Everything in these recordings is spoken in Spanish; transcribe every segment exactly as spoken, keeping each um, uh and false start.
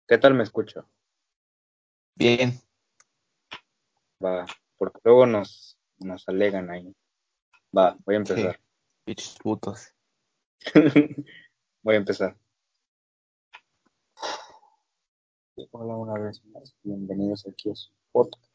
¿Qué tal me escucho? Bien, Va, porque luego nos, nos alegan ahí. Va, voy a sí, empezar. bichos putos. Voy a empezar. Hola una vez más, bienvenidos aquí a su podcast.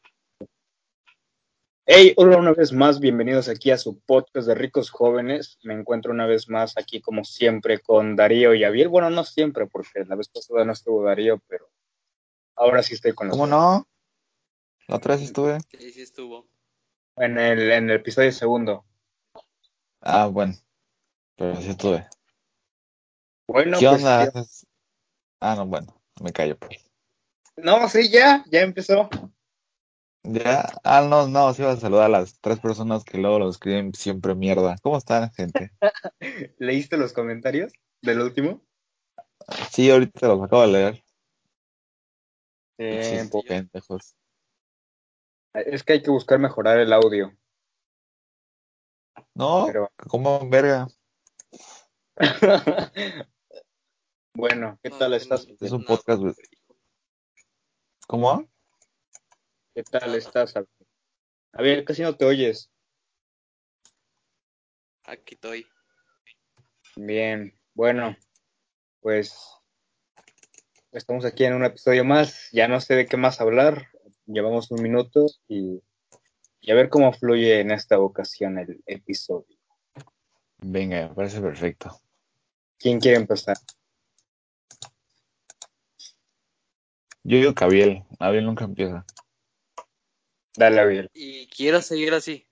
Hey, hola una vez más, bienvenidos aquí a su podcast de ricos jóvenes. Me encuentro una vez más aquí como siempre con Darío y Abiel. Bueno, no siempre, porque la vez pasada no estuvo Darío, pero ahora sí estoy con los ¿Cómo dos. no? La otra vez estuve. Sí, sí estuvo. En el, en el episodio segundo. Ah, bueno, pero sí estuve. Bueno, ¿Qué pues sí. onda? Ah, no, bueno, me callo pues. No, sí, ya, ya empezó. Ya, ah, no, no, sí iba a saludar a las tres personas que luego lo escriben siempre mierda. ¿Cómo están, gente? ¿Leíste los comentarios del último? Sí, ahorita los acabo de leer. Eh, Bichos Y yo, pendejos. Es que hay que buscar mejorar el audio, No, pero ¿cómo verga? bueno, ¿qué no tal sé estás, ni Es Abel? un nada podcast, lo güey. que dijo. ¿Cómo? ¿Qué tal Nada. estás, Abel? A ver, casi no te oyes. Aquí estoy. Bien, bueno, pues estamos aquí en un episodio más. Ya no sé de qué más hablar. Llevamos un minuto y, y a ver cómo fluye en esta ocasión el episodio. Venga, me parece perfecto. ¿Quién quiere empezar? Yo digo que Abiel, Abiel nunca empieza. Dale, Abel. Y quiero seguir así.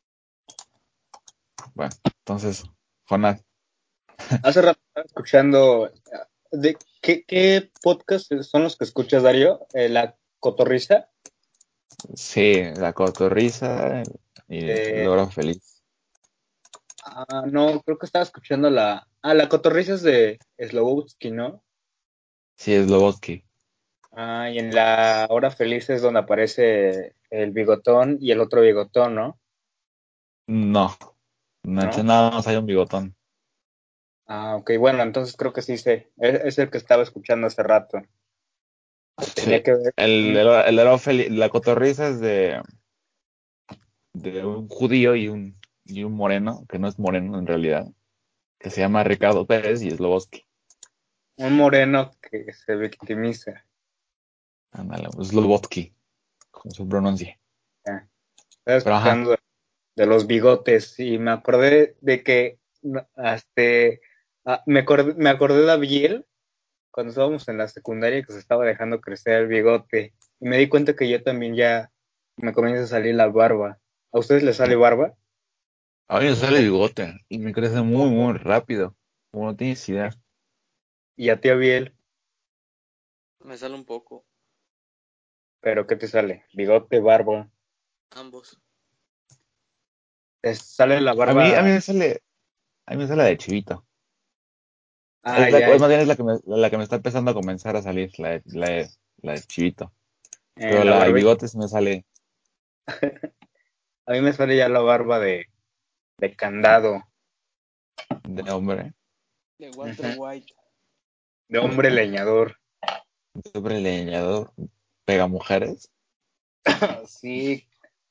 Bueno, entonces, Jonás. Hace rato estaba escuchando. ¿De qué, qué podcast son los que escuchas, Darío? Eh, La Cotorrisa. Sí, la cotorriza y Eh, logra feliz. Ah, no, creo que estaba escuchando la. Ah, la cotorrisa es de Slowutsky, ¿no? Sí, es Loboski. Ah, y en la hora feliz es donde aparece el bigotón y el otro bigotón, ¿no? No, Nacho ¿No? nada más hay un bigotón. Ah, ok, bueno, entonces creo que sí sé. Es, es el que estaba escuchando hace rato. Que tenía Sí, que ver. el, Mm, el, el héroe feli- la cotorriza es de, de un judío y un, y un moreno, que no es moreno en realidad, que se llama Ricardo Pérez y es Loboski. un moreno que se victimiza. Ándale, es Lobotsky, como se pronuncia. Ya. Estaba Pero ajá, escuchando de los bigotes y me acordé de que no, hasta, ah, me acordé, me acordé de Abiel cuando estábamos en la secundaria que se estaba dejando crecer el bigote y me di cuenta que yo también ya me comienza a salir la barba. ¿A ustedes les sale barba? a mí me sale bigote y me crece Un muy, muy poco. rápido. Como no tienes idea. Y a ti, Abiel, Me sale un poco. ¿pero qué te sale? Bigote, barba. Ambos. ¿Te sale la A mí, a mí barba? me sale, a mí me sale de chivito. Ah, Es la, ya, es ya. más bien es la que me, la que me está empezando a comenzar a salir, la de, la de, la de chivito. Pero En la la del barbilla. bigote sí me sale A mí me sale ya la barba de, de candado. de hombre, De Walter Ujú. White. De hombre leñador. de hombre leñador, pega mujeres. Sí.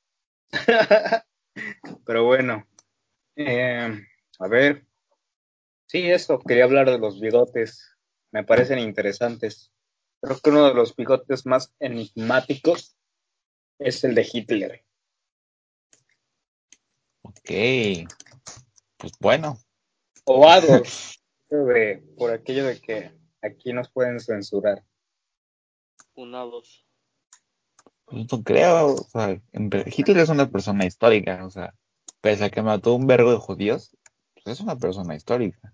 Pero bueno, eh, a ver. Sí, eso, quería hablar de los bigotes. Me parecen interesantes. Creo que uno de los bigotes más enigmáticos es el de Hitler. Ok, pues bueno, O Adolf, de- por aquello de que aquí nos pueden censurar. Una, dos. pues no creo, o sea, en re- Hitler es una persona histórica, o sea, pese a que mató un vergo de judíos, pues es una persona histórica.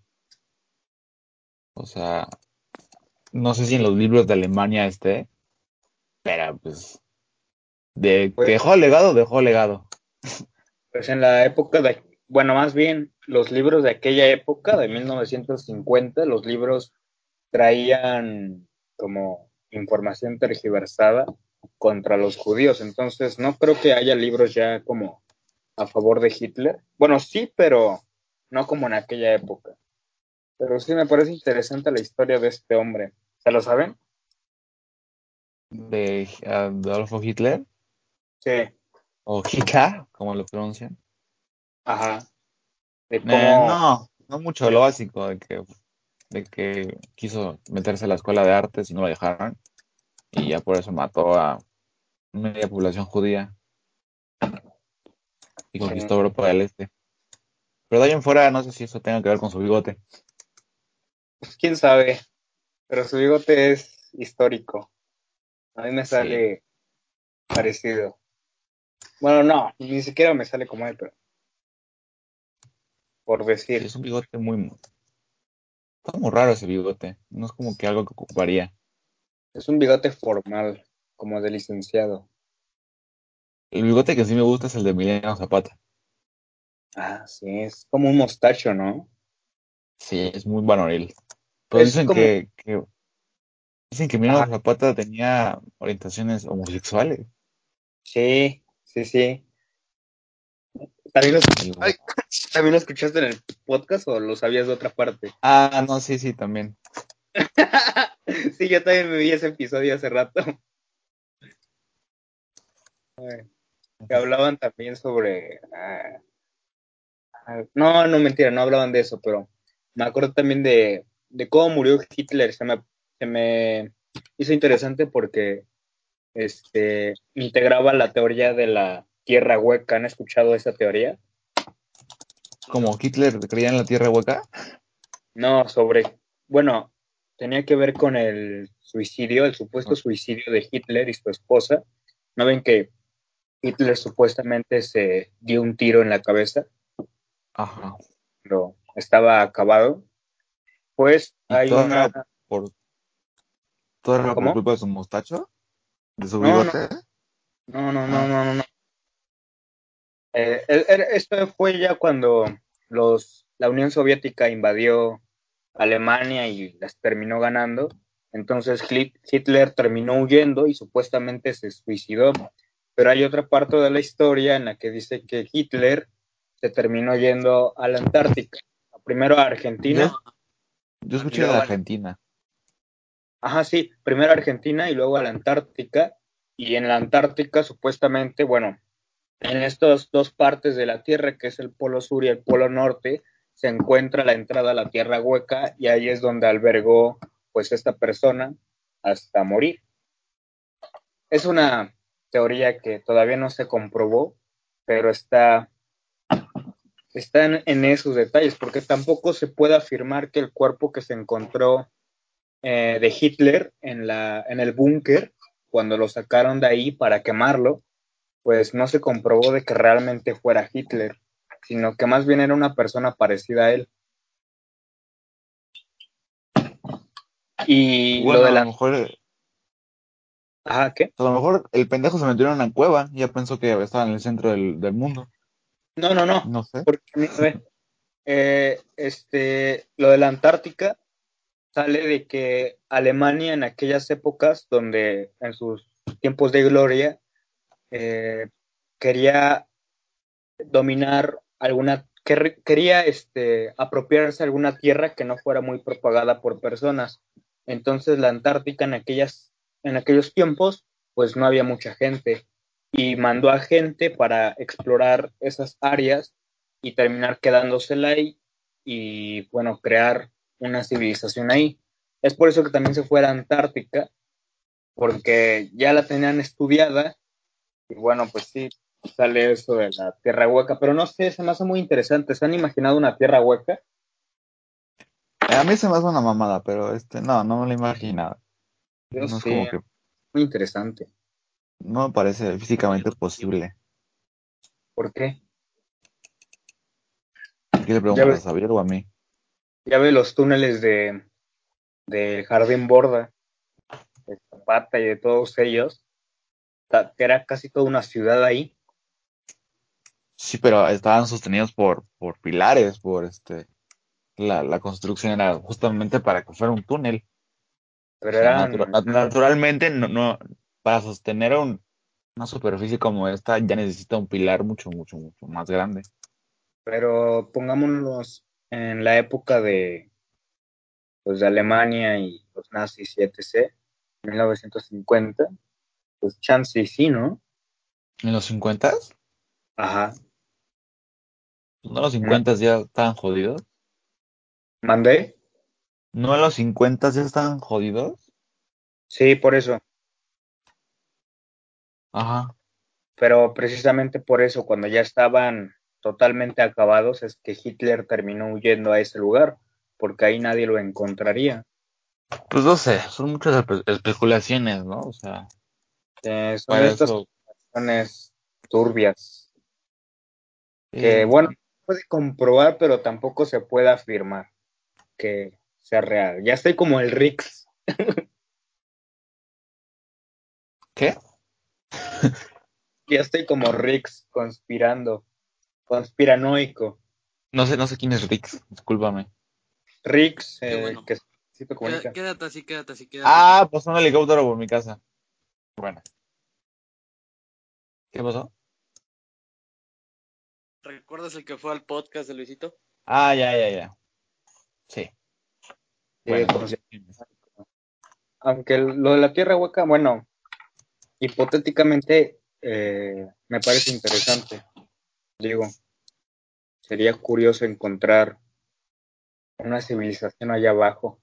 O sea, no sé si en los libros de Alemania esté, pero pues de que Pues, dejó legado, dejó legado. pues en la época de, bueno, más bien los libros de aquella época, de mil novecientos cincuenta, los libros traían como información tergiversada contra los judíos. Entonces, no creo que haya libros ya como a favor de Hitler. Bueno, sí, pero no como en aquella época. Pero sí me parece interesante la historia de este hombre. ¿Se lo saben? de Adolfo Hitler, Sí, o Hitler, como lo pronuncian. ajá, de Eh, cómo, no, no mucho, lo básico, de que, de que quiso meterse a la escuela de artes y no lo dejaron, y ya por eso mató a media población judía y eh, conquistó Europa del Este. Pero de ahí en fuera, no sé si eso tenga que ver con su bigote. pues quién sabe, pero su bigote es histórico. A mí me Sí, sale parecido. Bueno, no, ni siquiera me sale como él, pero por sí, decir, es un bigote muy, está muy raro ese bigote. No es como que algo que ocuparía. es un bigote formal, como de licenciado. El bigote que sí me gusta es el de Emiliano Zapata. Ah, sí, es como un mostacho, ¿no? Sí, es muy varonil. Pero Es dicen como, que, que dicen que ajá, Emiliano Zapata tenía orientaciones homosexuales. sí, sí, sí. ¿También lo, Y ay, bueno. ¿también lo escuchaste en el podcast o lo sabías de otra parte? Ah, no, sí, sí, también. Sí, yo también me vi ese episodio hace rato. Ay, que hablaban también sobre... ah, ah, no, no, mentira, no hablaban de eso, pero me acuerdo también de, de cómo murió Hitler. Se me, se me hizo interesante porque este, integraba la teoría de la tierra hueca. ¿Han escuchado esa teoría? Como No. Hitler creía en la tierra hueca. No, sobre, bueno, tenía que ver con el suicidio, el supuesto suicidio de Hitler y su esposa. ¿No ven que Hitler supuestamente se dio un tiro en la cabeza, Ajá. pero estaba acabado? Pues Y hay todo una... era por, todo era por ¿Cómo? culpa de su mostacho, de su No, no, bigote. no, no, no, Ah, no, no. no. Eh, el- el- esto fue ya cuando los, la Unión Soviética invadió Alemania y las terminó ganando. Entonces Hit- Hitler terminó huyendo y supuestamente se suicidó. Pero hay otra parte de la historia en la que dice que Hitler se terminó yendo a la Antártica, primero a yo, Argentina yo y escuché de luego a, Argentina. ajá, sí, primero a Argentina y luego a la Antártica. Y en la Antártica supuestamente, bueno, en estas dos partes de la Tierra, que es el Polo Sur y el Polo Norte, se encuentra la entrada a la Tierra Hueca y ahí es donde albergó pues esta persona hasta morir. Es una teoría que todavía no se comprobó, pero está, está en, en esos detalles, porque tampoco se puede afirmar que el cuerpo que se encontró eh, de Hitler en, la, en el búnker, cuando lo sacaron de ahí para quemarlo, pues no se comprobó de que realmente fuera Hitler, sino que más bien era una persona parecida a él. Y lo Bueno, de a lo la... mejor, Ajá, ¿qué? a lo mejor el pendejo se metió en una cueva y ya pensó que estaba en el centro del, del mundo. No, no, no, No sé. porque mira, ve, eh, este, lo de la Antártica sale de que Alemania en aquellas épocas, donde en sus tiempos de gloria, eh, quería dominar alguna, quer, quería este, apropiarse alguna tierra que no fuera muy propagada por personas. Entonces la Antártica en, aquellas, en aquellos tiempos, pues no había mucha gente y mandó a gente para explorar esas áreas y terminar quedándosela ahí y bueno, crear una civilización ahí. Es por eso que también se fue a la Antártica, porque ya la tenían estudiada y bueno, pues sí, sale eso de la tierra hueca, pero no sé, se me hace muy interesante. ¿Se han imaginado una tierra hueca? A mí se me hace una mamada, pero este, no, no me lo imaginaba. Yo No es sí, como que, muy interesante. no me parece físicamente posible. ¿Por qué? ¿Qué le Ya preguntas ves, a Xavier o a mí? ya ves los túneles de, de Jardín Borda, de Zapata y de todos ellos, ta- que era casi toda una ciudad ahí, Sí, pero estaban sostenidos por, por pilares, por este, la, la construcción era justamente para que fuera un túnel. O pero sea, natura- eran, nat- naturalmente, no, no, para sostener un- una superficie como esta ya necesita un pilar mucho, mucho, mucho más grande. pero pongámonos en la época de, pues, de Alemania y los nazis y etcétera, mil novecientos cincuenta. Pues chance y sí, ¿no? ¿En los cincuenta? Ajá. ¿No en los ¿No? cincuenta ya estaban jodidos? ¿Mandé? ¿No en los cincuenta ya estaban jodidos? Sí, por eso. Ajá. Pero precisamente por eso, cuando ya estaban totalmente acabados, es que Hitler terminó huyendo a ese lugar, porque ahí nadie lo encontraría. Pues no sé, son muchas espe- especulaciones, ¿no? O sea, Eh, son de para estas eso, situaciones turbias, que sí. bueno, se puede comprobar, pero tampoco se puede afirmar que sea real. Ya estoy como el Rix, ¿Qué? ya estoy como Rix conspirando, conspiranoico. No sé, no sé quién es Rix, discúlpame. Rix, Qué eh, bueno. que sí te Queda- comunica. Quédate así, quédate así, quédate así. Ah, pasó un helicóptero por mi casa. Bueno, ¿qué pasó? ¿Recuerdas el que fue al podcast de Luisito? Ah, ya, ya, ya. Sí. Sí, Bueno, como entonces, si- ¿quién es? aunque lo de la tierra hueca, bueno, hipotéticamente eh, me parece interesante. Digo, sería curioso encontrar una civilización allá abajo.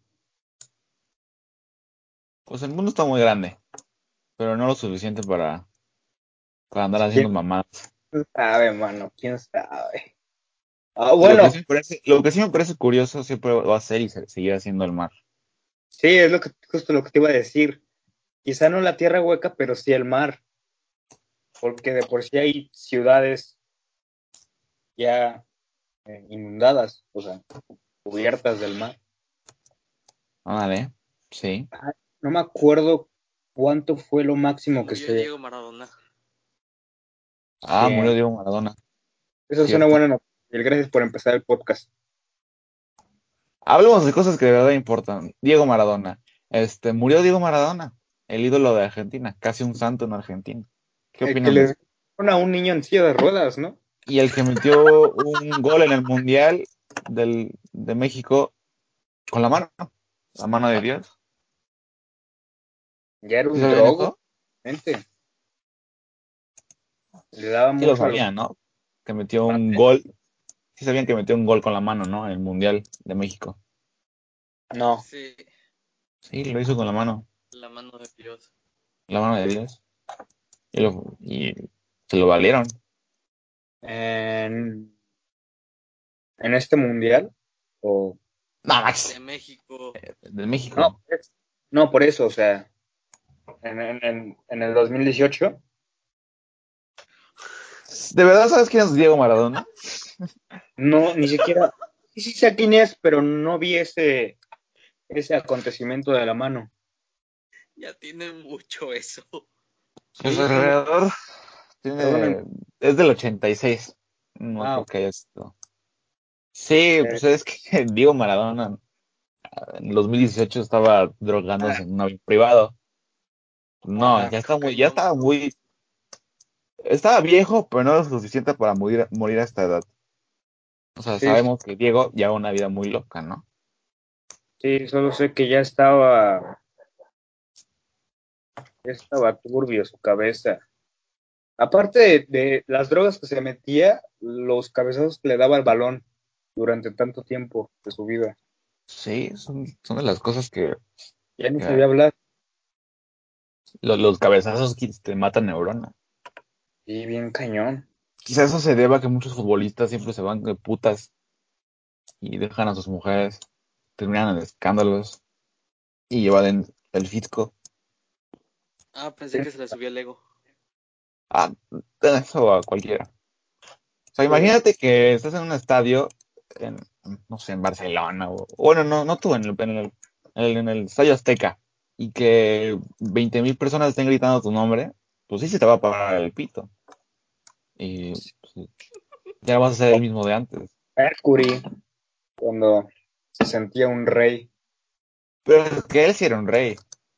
Pues el mundo está muy grande, pero no lo suficiente para, para andar ¿Quién haciendo mamadas. sabe, mano? ¿Quién sabe? Ah, Lo que sí bueno, me parece, lo que sí me parece curioso siempre va a ser y se- seguirá siendo el mar. sí, es lo que, justo lo que te iba a decir. Quizá no la tierra hueca, pero sí el mar, porque de por sí hay ciudades ya eh, inundadas, o sea, cubiertas del mar. Ándale, sí. Ah, no me acuerdo cuánto fue lo máximo que Murió se... Diego Maradona. Ah, murió Sí, Diego Maradona, eso es una cierto. buena noticia. Gracias por empezar el podcast. Hablemos de cosas que de verdad importan. Diego Maradona. Este, murió Diego Maradona, el ídolo de Argentina, casi un santo en Argentina. ¿Qué El que opinan de le eso? dieron a un niño en silla de ruedas, ¿no? Y el que metió un gol en el Mundial del, de México con la mano, la mano de Dios. Ya era ¿Sí un sabían drogo, eso? gente. Le daba Sí lo mucho a los... sabían, ¿no? Que metió un ¿Mande? gol. Sí sabían que metió un gol con la mano, ¿no? En el Mundial de México. No. Sí, Sí, lo hizo con la mano, la mano de Dios. la mano de Dios. Y, lo- y se lo valieron. En, en este mundial, o... No, De Max, México. de No, México. pues, no, por eso, o sea, en, en, en, en el dos mil dieciocho, ¿De verdad sabes quién es Diego Maradona? no, ni siquiera... Sí, sí sé quién es, pero no vi ese, ese acontecimiento de la mano. Ya tiene mucho eso. Pues Sí, tiene... alrededor Perdóname. tiene, es del ochenta y seis. No Ah, creo ok. que haya esto. Sí, Eh, pues es que Diego Maradona en dos mil dieciocho estaba ah, drogándose en un avión privado. No, ajá. ya está muy, ya estaba Cocainómano. muy, estaba viejo, pero no lo suficiente para morir, morir a esta edad. O sea, Sí, sabemos que Diego lleva una vida muy loca, ¿no? sí, solo sé que ya estaba, ya estaba turbio su cabeza. Aparte de, de las drogas que se metía, los cabezazos que le daba al balón durante tanto tiempo de su vida. Sí, son, son de las cosas que, Ya ni que sabía hablar. los, los cabezazos que te matan neuronas. Y bien cañón. Quizás eso se deba a que muchos futbolistas siempre se van de putas y dejan a sus mujeres, terminan en escándalos y llevan el fisco. Ah, pensé que se le subía el ego. Ah, eso a cualquiera. O sea, Sí. imagínate que estás en un estadio, en, no sé, en Barcelona, o bueno, no, no tú, en el, en el, en el, en el Estadio Azteca, y que veinte mil personas estén gritando tu nombre, pues sí se te va a parar el pito. Y pues, ya no vas a ser el mismo de antes. Mercury, cuando se sentía un rey. Pero es que él sí era un rey.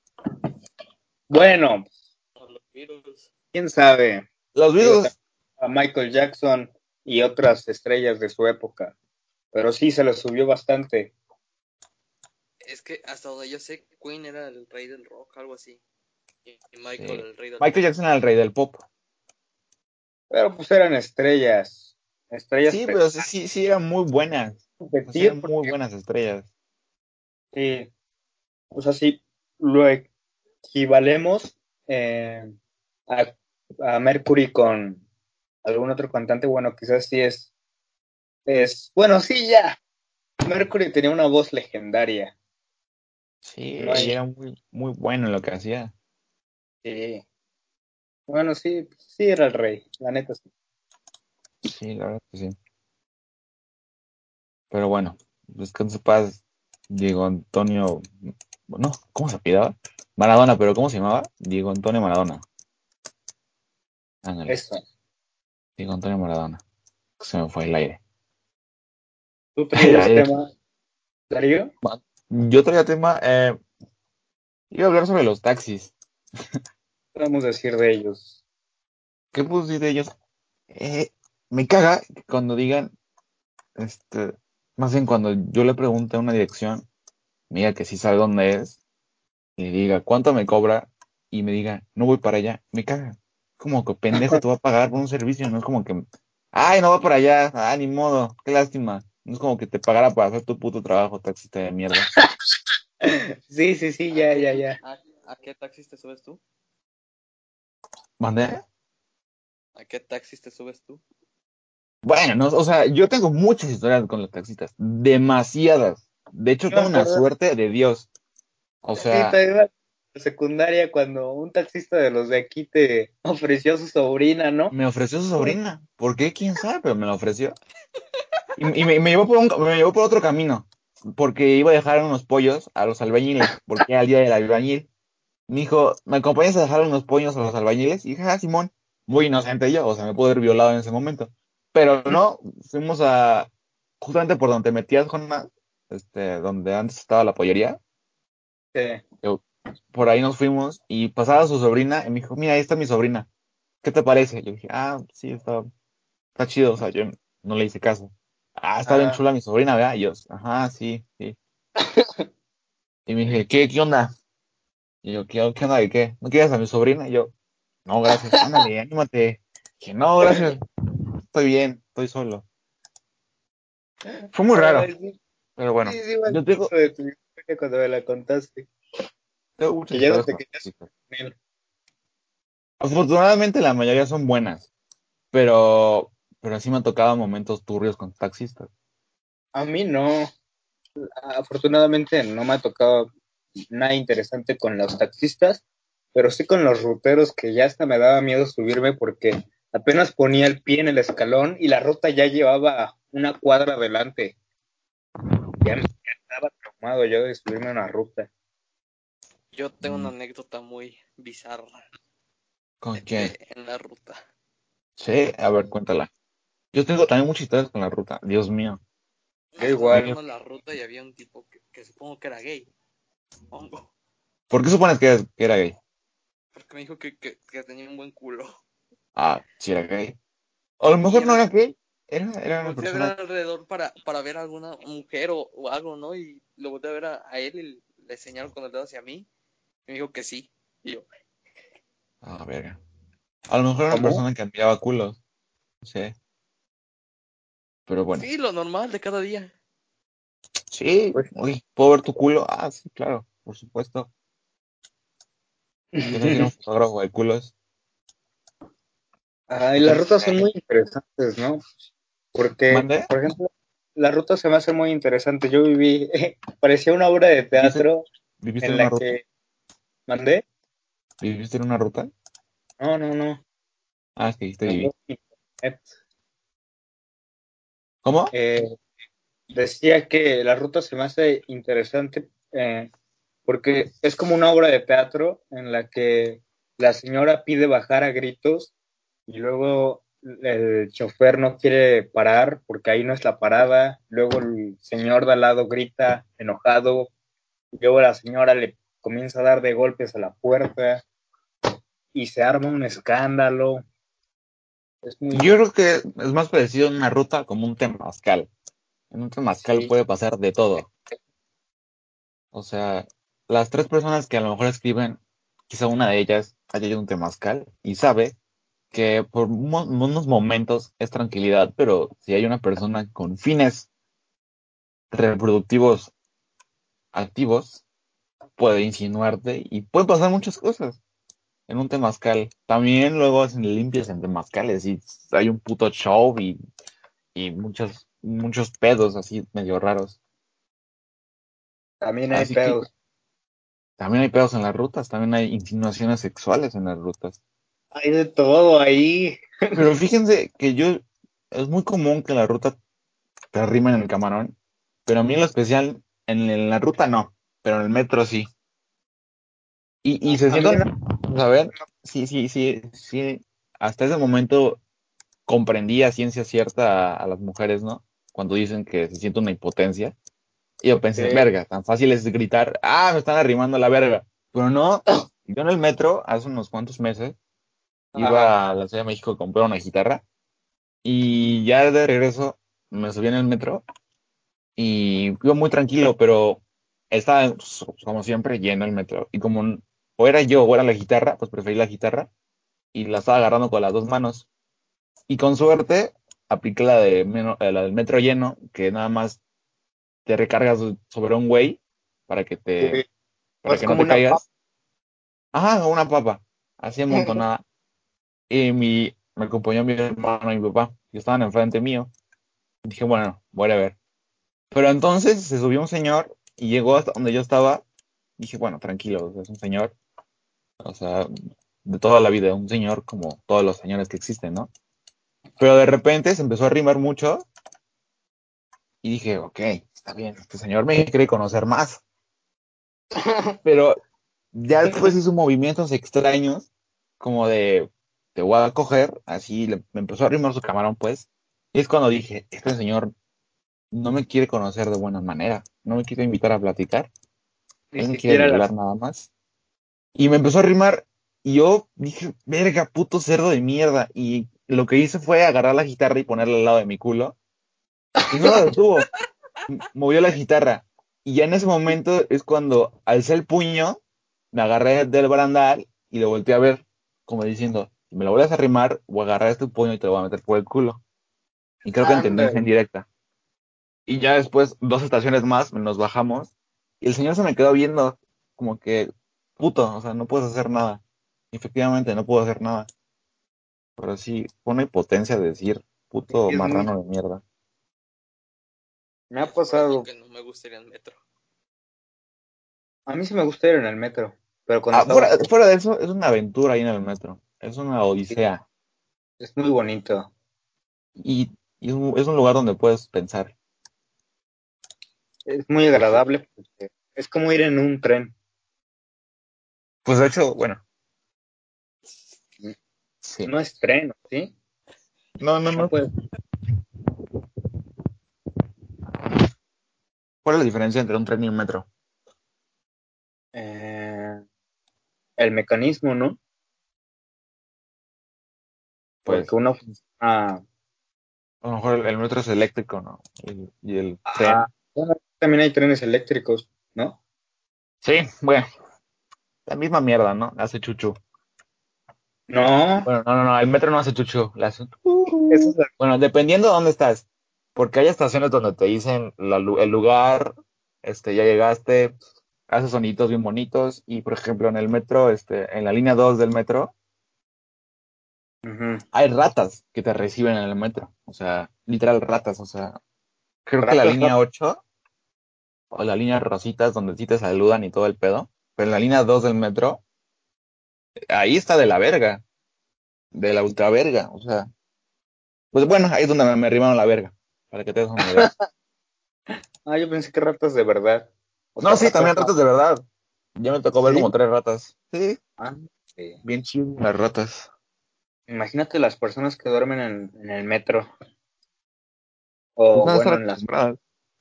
Bueno, A los virus. quién sabe. Los Digo, también Beatles, a Michael Jackson y otras estrellas de su época. Pero sí se le subió bastante. Es que hasta donde yo sé, Queen era el rey del rock, algo así. Y y Michael, Sí. el rey del Michael pop. Jackson era el rey del pop. Pero pues eran estrellas, estrellas Sí, pe- pero sí, sí, sí eran muy buenas. O sea, competir eran muy porque buenas estrellas. sí, o sea, sí, lo equivalemos eh, a, a Mercury con algún otro cantante, bueno, quizás sí es, es, bueno, sí, ya, Mercury tenía una voz legendaria, Sí, no y hay, era muy, muy bueno en lo que hacía. sí, bueno, sí, sí era el rey, la neta sí. Sí, la verdad que sí. Pero bueno, descanse en paz, Diego Antonio. No, ¿cómo se apellidaba? Maradona, pero ¿cómo se llamaba? Diego Antonio Maradona. Ándale, Eso. Diego Antonio Maradona. Se me fue el aire. ¿Tú El traías aire. tema, Darío? Yo traía tema, eh, iba a hablar sobre los taxis. ¿Qué podemos decir de ellos? ¿Qué puedo decir de ellos? Eh, me caga que cuando digan, este, más bien cuando yo le pregunte una dirección, me diga que sí sabe dónde es, y diga cuánto me cobra, y me diga, no voy para allá, me caga. Como que pendejo te va a pagar por un servicio, no es como que, ay, no va para allá, ah, ni modo, qué lástima. No es como que te pagara para hacer tu puto trabajo, taxista de mierda. Sí, sí, sí, ¿A ya, qué, ya, ya. a, a qué taxis te subes tú? ¿Mandé? ¿A qué taxis te subes tú? Bueno, no, o sea, yo tengo muchas historias con los taxistas, demasiadas. De hecho, Yo me tengo una acuerdo, suerte de Dios. O sí, sea, te iba a la secundaria cuando un taxista de los de aquí te ofreció a su sobrina, ¿no? me ofreció su sobrina. ¿Por qué? ¿Quién sabe? Pero me la ofreció. Y, y me, me llevó por un, me llevó por otro camino. Porque iba a dejar unos pollos a los albañiles. Porque era el día del albañil. Me dijo, ¿me acompañas a dejar unos pollos a los albañiles? Y dije, ah, Simón. Muy inocente yo. O sea, me puedo haber violado en ese momento. Pero no, fuimos a, justamente por donde te metías, Juanma, este, donde antes estaba la pollería. Sí. Yo- por ahí nos fuimos y pasaba su sobrina y me dijo, mira, ahí está mi sobrina. ¿Qué te parece? Yo dije, ah, sí, está, está chido. O sea, yo no le hice caso. Ah, está bien Ah, chula mi sobrina, ¿verdad? Y yo, ajá, sí, sí. Y me dije, ¿qué, qué onda? Y yo, ¿qué, qué onda de qué? ¿No quieres a mi sobrina? Y yo, no, gracias. Ándale, anímate. Dije, no, gracias. Estoy bien, estoy solo. Fue muy raro, ay, sí, pero sí, bueno. sí, me Yo tengo, acuerdo de tu historia cuando me la contaste. tengo muchas Que ya no historias te con los querías taxistas. con él. Afortunadamente la mayoría son buenas, pero, pero sí me han tocado momentos turbios con taxistas. A mí no. Afortunadamente no me ha tocado nada interesante con los taxistas, pero sí con los ruteros que ya hasta me daba miedo subirme porque apenas ponía el pie en el escalón y la ruta ya llevaba una cuadra adelante. Ya me ya estaba traumado yo de subirme a una ruta. Yo tengo una Mm, anécdota muy bizarra ¿Con de, quién? de- en la ruta. Sí, a ver, cuéntala. Yo tengo también muchas historias con la ruta. Dios mío. Yo Una vez igual. fuimos a la ruta y había un tipo que, que supongo que era gay, supongo, ¿Por qué supones que, que era gay? porque me dijo que, que, que tenía un buen culo. Ah, sí era gay. O a lo Y mejor no era, era gay. Era, y era una volteé a ver persona. alrededor para, para ver alguna mujer o, o algo, ¿no? Y lo volteé a ver a, a él y le señaló con el dedo hacia mí. Y me dijo que sí. Y yo, Ah, verga. A lo mejor era una ¿Cómo? persona que admiraba culos. No sé. Pero bueno. sí, lo normal de cada día. Sí, Pues. uy, ¿puedo ver tu culo? Ah, sí, claro, por supuesto. ¿Qué tal si era un fotógrafo de culos? Ay, ¿Qué tal las si rutas era son él? muy interesantes, ¿no? Porque, ¿Mandé? por ejemplo, la ruta se me hace muy interesante. Yo viví, parecía una obra de ¿Viviste, teatro viviste en en una la ruta? que mandé. ¿Viviste en una ruta? No, no, no. Ah, es que dijiste Mandó viví. internet. ¿Cómo? Eh, decía que la ruta se me hace interesante eh, porque es como una obra de teatro en la que la señora pide bajar a gritos y luego el chofer no quiere parar porque ahí no es la parada. Luego el señor de al lado grita enojado. Y luego la señora le comienza a dar de golpes a la puerta y se arma un escándalo. Es muy... Yo creo que es más parecido en una ruta como un temazcal. En un temazcal Sí, puede pasar de todo. O sea, las tres personas que a lo mejor escriben quizá una de ellas haya ido a un temazcal y sabe que por mo- unos momentos es tranquilidad, pero si hay una persona con fines reproductivos activos, puede insinuarte y pueden pasar muchas cosas en un temazcal. También luego hacen limpias en temazcales y hay un puto show y, y muchos, muchos pedos así medio raros. También hay Así que pedos. también hay pedos en las rutas, también hay insinuaciones sexuales en las rutas. Hay de todo ahí. Pero fíjense que yo, es muy común que en la ruta te arrimen el camarón, pero a mí en lo especial, en, en la ruta no, pero en el metro sí. Y, y se A mí sientan, no. a ver, sí, sí, sí, sí, hasta ese momento comprendí a ciencia cierta a, a las mujeres, ¿no? Cuando dicen que se siente una impotencia. Y yo pensé, Sí. verga, tan fácil es gritar, ah, me están arrimando la verga. Pero no, yo en el metro, hace unos cuantos meses, Ajá. iba a la Ciudad de México a comprar una guitarra y ya de regreso me subí en el metro y iba muy tranquilo, pero estaba, pues, como siempre, lleno el metro. Y como n- o era yo o era la guitarra, pues preferí la guitarra y la estaba agarrando con las dos manos. Y con suerte, apliqué la, de, meno- eh, la del metro lleno, que nada más te recargas sobre un güey para que Sí. te, para Pues que no como te una papa. caigas. Ajá, una papa, así amontonada. Y mi, me acompañó mi hermano y mi papá, que estaban enfrente mío. Dije, bueno, voy a ver. Pero entonces se subió un señor y llegó hasta donde yo estaba. Dije, bueno, tranquilo, o sea, es un señor, o sea, de toda la vida, un señor como todos los señores que existen, ¿no? Pero de repente se empezó a arrimar mucho y dije, ok, está bien, este señor me quiere conocer más. Pero ya después hizo movimientos extraños, como de, te voy a coger, así le- me empezó a arrimar su camarón, pues. Y es cuando dije, este señor no me quiere conocer de buena manera, no me quiere invitar a platicar, Ni él me quiere siquiera la. violar nada más. Y me empezó a rimar y yo dije, verga, puto cerdo de mierda. Y lo que hice fue agarrar la guitarra y ponerla al lado de mi culo. Y no lo detuvo, m- movió la guitarra. Y ya en ese momento es cuando alcé el puño, me agarré del barandal y lo volteé a ver, como diciendo, si me lo vuelves a rimar, voy a agarrar este puño y te lo voy a meter por el culo. Y creo que en Anda. tendencia indirecta. Y ya después, dos estaciones más, nos bajamos. Y el señor se me quedó viendo como que, puto, o sea, no puedes hacer nada. Y efectivamente, no puedo hacer nada. Pero sí, fue una impotencia de decir, Sí, puto es muy. marrano de mierda. Me ha Por algo pasado. que no me gustaría el metro. A mí sí me gusta ir en el metro. Pero cuando Ah, estaba fuera, joven. fuera de eso, es una aventura ahí en el metro. Es una Sí, odisea. es muy bonito. Y, y es un, es un lugar donde puedes pensar. Es muy Porque, agradable. Porque es como ir en un tren. pues de hecho, bueno, sí. No es tren, ¿sí? No, no, No no. puede. ¿Cuál es la diferencia entre un tren y un metro? Eh, el mecanismo, ¿no? Porque Pues, uno. Ah, a lo mejor el, el metro es eléctrico, ¿no? Y, y el ah, tren. bueno, también hay trenes eléctricos, ¿no? Sí, bueno, la misma mierda, ¿no? Hace chuchu. No, Bueno, no, no, no, el metro no hace chuchu, le hace eso es turú. la- Bueno, dependiendo de dónde estás, porque hay estaciones donde te dicen la lu- el lugar, este, ya llegaste, hace sonidos bien bonitos, y por ejemplo en el metro, este, en la línea dos del metro, Ujú. hay ratas que te reciben en el metro, o sea, literal ratas, o sea, creo que la Ratas, línea ratas. ocho o la línea rositas donde sí te saludan y todo el pedo, pero en la línea dos del metro, ahí está de la verga, de la ultra verga, o sea, pues bueno, ahí es donde me, me arrimaron la verga, para que te des una idea. Ah, yo pensé que ratas de verdad. O No, sea, sí, ratas, también ratas. ratas de verdad. Ya me tocó ver Sí. como tres ratas. Sí, Ah, sí. bien chido las ratas. Imagínate las personas que duermen en, en el metro. Pues O van a estar bueno, en las. acostumbradas.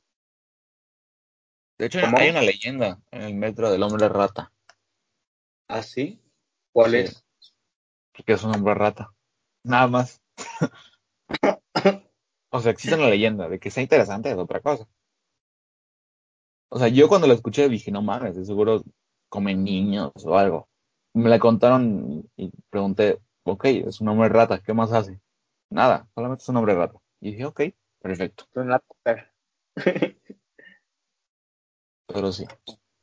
De hecho, hay ¿Cómo? una leyenda en el metro del hombre rata. ¿Ah, sí? ¿Cuál Sí, es? que es un hombre rata. Nada más. O sea, existe una leyenda de que sea interesante es otra cosa. O sea, yo cuando lo escuché dije, no mames, de seguro comen niños o algo. me la contaron y pregunté, ok, es un hombre rata, ¿qué más hace? Nada, solamente es un hombre rata. Y dije, ok, perfecto, Una mujer. pero sí.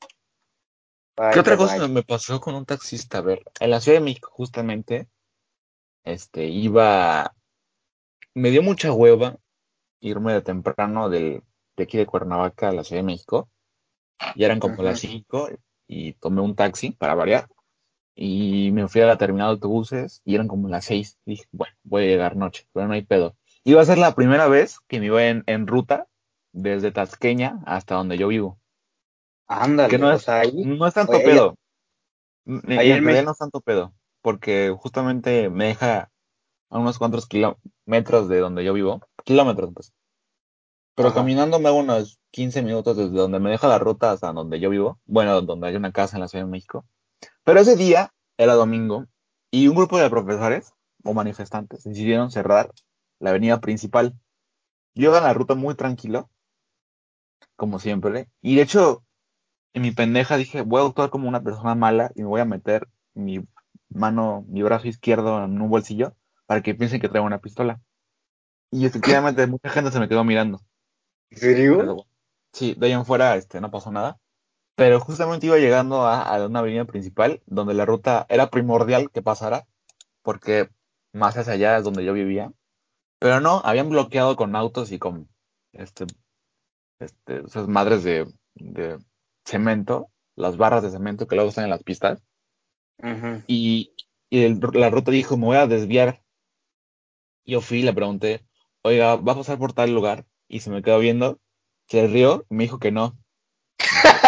¿Qué Vaya, otra cosa vaya. me pasó con un taxista? A ver, en la Ciudad de México justamente, este, iba, me dio mucha hueva irme de temprano del, de aquí de Cuernavaca a la Ciudad de México. Ya eran como las Ujú. cinco y tomé un taxi para variar. Y me fui a la terminal de autobuses y eran como las seis. Dije, bueno, voy a llegar noche, pero no hay pedo. Iba a ser la primera vez que me iba en, en ruta desde Tasqueña hasta donde yo vivo. Que Ándale, no o es, sea, ahí, no es tanto oye, ella, pedo. En, ahí en en realidad no México. es tanto pedo. Porque justamente me deja a unos cuantos kilómetros de donde yo vivo. Kilómetros, pues. Pero Ajá. caminando me hago unos quince minutos desde donde me deja la ruta hasta donde yo vivo. Bueno, donde hay una casa en la Ciudad de México. Pero ese día era domingo y un grupo de profesores o manifestantes decidieron cerrar la avenida principal. Yo iba en la ruta muy tranquilo, como siempre, y de hecho, en mi pendeja dije, voy a actuar como una persona mala y me voy a meter mi mano, mi brazo izquierdo en un bolsillo para que piensen que traigo una pistola. Y efectivamente, mucha gente se me quedó mirando. ¿En serio? Pero bueno, sí, de ahí en fuera, este, no pasó nada. Pero justamente iba llegando a, a una avenida principal donde la ruta era primordial que pasara porque más hacia allá es donde yo vivía. Pero no, habían bloqueado con autos y con este, este, esas madres de, de cemento, las barras de cemento que luego están en las pistas. Ujú. Y, y el- la ruta dijo, me voy a desviar. Yo fui y le pregunté, oiga, ¿va a pasar por tal lugar? Y se me quedó viendo, se rió y me dijo que no. Dije,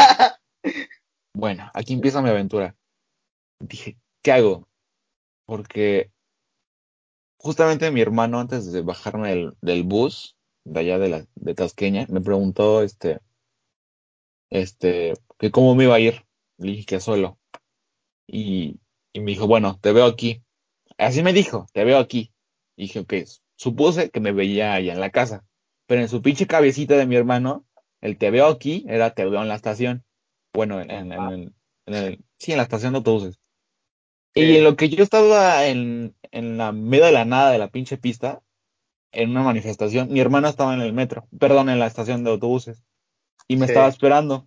bueno, aquí empieza mi aventura. Dije, ¿qué hago? Porque justamente mi hermano, antes de bajarme del, del bus, de allá de la, de Tasqueña, me preguntó, este, este, que cómo me iba a ir. Le dije que solo. Y, y me dijo, bueno, te veo aquí. Así me dijo, te veo aquí. Y dije, ok, supuse que me veía allá en la casa. Pero en su pinche cabecita de mi hermano, el te veo aquí era te veo en la estación. Bueno, en, en, Ah, el, en el- sí, en la estación de autobuses. Y en sí, lo que yo estaba en, en la medio de la nada de la pinche pista, en una manifestación, mi hermano estaba en el metro, perdón, en la estación de autobuses. Y me estaba sí. esperando.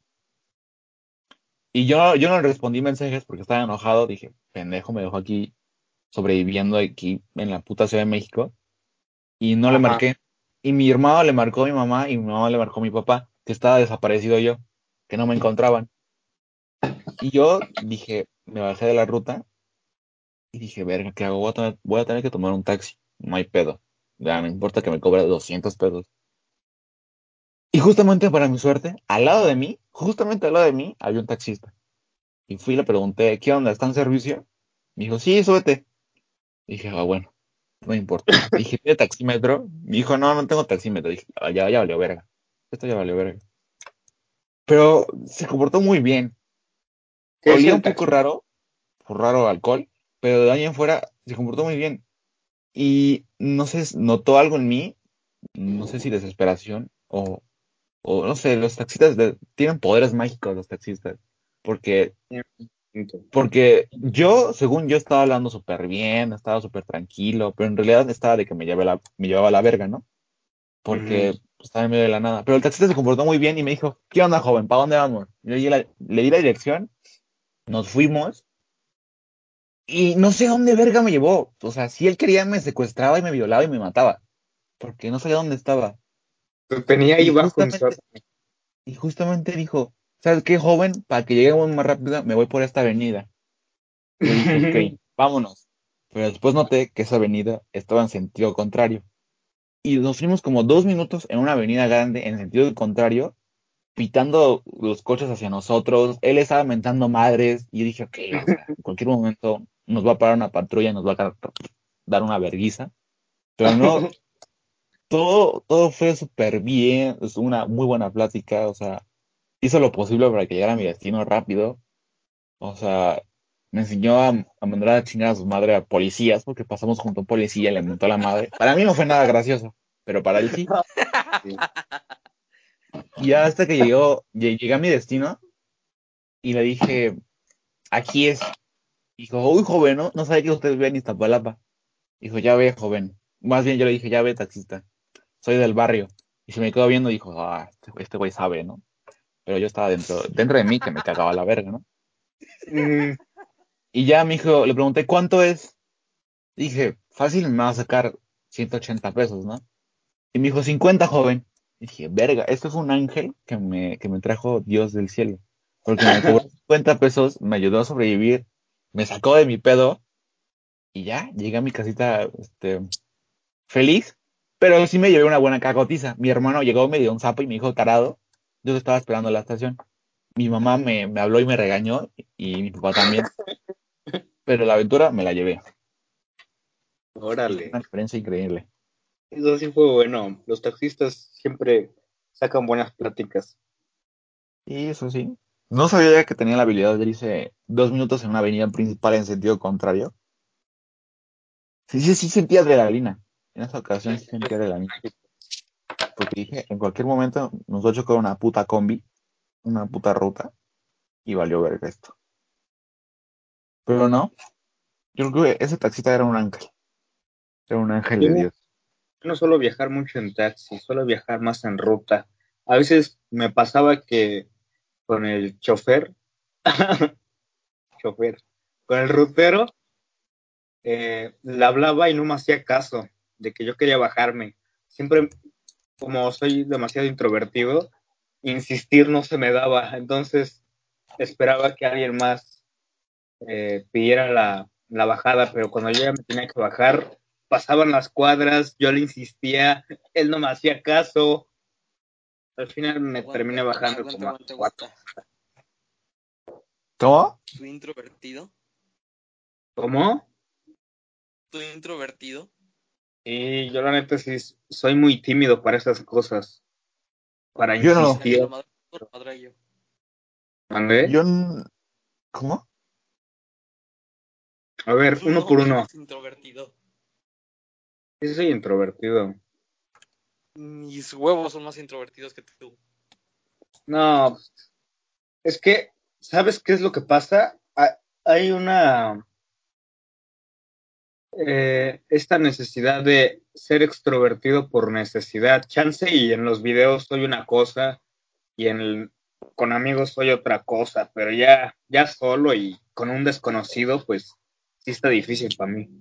Y yo, yo no le respondí mensajes porque estaba enojado. Dije, pendejo, me dejó aquí sobreviviendo aquí en la puta Ciudad de México. Y no le Ajá. marqué. Y mi hermano le marcó a mi mamá y mi mamá le marcó a mi papá, que estaba desaparecido yo, que no me encontraban. Y yo dije, me bajé de la ruta y dije, verga, ¿qué hago? Voy a tener, voy a tener que tomar un taxi. No hay pedo. Ya, no importa que me cobre doscientos pesos. Y justamente para mi suerte, al lado de mí, justamente al lado de mí, había un taxista. Y fui y le pregunté, ¿qué onda? ¿Está en servicio? Me dijo, sí, súbete. Dije, ah, bueno, no importa. Dije, ¿tiene taxímetro? Me dijo, no, no tengo taxímetro. Dije, ah, ya, ya valió verga. Esto ya valió verga. Pero se comportó muy bien. ¿Qué es Olía el un poco taxi? raro, por raro alcohol, pero de ahí en fuera se comportó muy bien. Y no sé, notó algo en mí, no sé si desesperación o, o no sé, los taxistas de- tienen poderes mágicos los taxistas. Porque, porque yo, según yo, estaba hablando súper bien, estaba súper tranquilo, pero en realidad estaba de que me llevaba la, me llevaba la verga, ¿no? Ujú. Porque estaba en medio de la nada. Pero el taxista se comportó muy bien y me dijo, ¿qué onda, joven? ¿Para dónde vamos? Yo le di la, le di la dirección, nos fuimos y no sé a dónde verga me llevó. O sea, si él quería me secuestraba y me violaba y me mataba, porque no sabía dónde estaba. Pues tenía ahí Y bajo un justamente, sótano. y justamente dijo, ¿sabes qué, joven? Para que lleguemos más rápido, me voy por esta avenida. Yo dije, ok, vámonos. Pero después noté que esa avenida estaba en sentido contrario. Y nos fuimos como dos minutos en una avenida grande en sentido contrario pitando los coches hacia nosotros, él estaba mentando madres, y yo dije, ok, o sea, en cualquier momento nos va a parar una patrulla y nos va a dar dar una verguiza, pero no, todo, todo fue súper bien, es una muy buena plática, o sea, hizo lo posible para que llegara a mi destino rápido, o sea, me enseñó a, a mandar a chingar a su madre a policías, porque pasamos junto a un policía y le mentó a la madre. Para mí no fue nada gracioso, pero para él sí. Sí. Y ya hasta que llegó, llegué a mi destino y le dije, aquí es. Dijo, uy, joven, ¿no? No sabía que usted vivía en Iztapalapa. Dijo, ya ve, joven. Más bien yo le dije, ya ve, taxista. Soy del barrio. Y se me quedó viendo y dijo, ah, este güey este güey sabe, ¿no? Pero yo estaba dentro, dentro de mí que me cagaba la verga, ¿no? Mm, Y ya mi hijo, le pregunté, ¿cuánto es? Dije, fácil me va a sacar ciento ochenta pesos, ¿no? Y me dijo, cincuenta, joven. Y dije, verga, esto fue un ángel que me, que me trajo Dios del cielo. Porque me cobró cincuenta pesos, me ayudó a sobrevivir, me sacó de mi pedo y ya, llegué a mi casita, este, feliz. Pero sí me llevé una buena cagotiza. Mi hermano llegó, me dio un sapo y me dijo, tarado. Yo estaba esperando en la estación. Mi mamá me, me habló y me regañó y mi papá también. Pero la aventura me la llevé. Y fue órale. una experiencia increíble. Eso sí fue bueno. Los taxistas siempre sacan buenas pláticas. Y eso sí. No sabía que tenía la habilidad de irse dos minutos en una avenida principal en sentido contrario. Sí, sí, sí sentía adrenalina. En esa ocasión sí sentía adrenalina. Porque dije, en cualquier momento nos va a chocar una puta combi, una puta ruta, y valió verga esto. Pero no, yo creo que ese taxista era un ángel. Era un ángel de Yo Dios. no suelo viajar mucho en taxi, suelo viajar más en ruta. A veces me pasaba que con el chofer, chofer, con el rutero, eh, le hablaba y no me hacía caso de que yo quería bajarme. Siempre, como soy demasiado introvertido, insistir no se me daba. Entonces esperaba que alguien más eh, pidiera la, la bajada, pero cuando yo ya me tenía que bajar, pasaban las cuadras, yo le insistía, él no me hacía caso. Al final me terminé Aguanta, bajando aguanta, como a aguanta, cuatro. aguanta. ¿Cómo? ¿Tú introvertido? ¿Cómo? ¿Tú introvertido? Y yo la neta sí soy muy tímido para esas cosas, para Yo no. ¿En el que insistir. lo madre, lo madre yo? ¿Mandé? Yo, n- ¿cómo? A ver, Tú uno no por uno. eres introvertido. Sí soy introvertido. Mis huevos son más introvertidos que tú. No, es que, ¿sabes qué es lo que pasa? Ha- Hay una, eh, esta necesidad de ser extrovertido por necesidad. Chance y en los videos soy una cosa y en el- con amigos soy otra cosa, pero ya, ya solo y con un desconocido, pues sí está difícil para mí.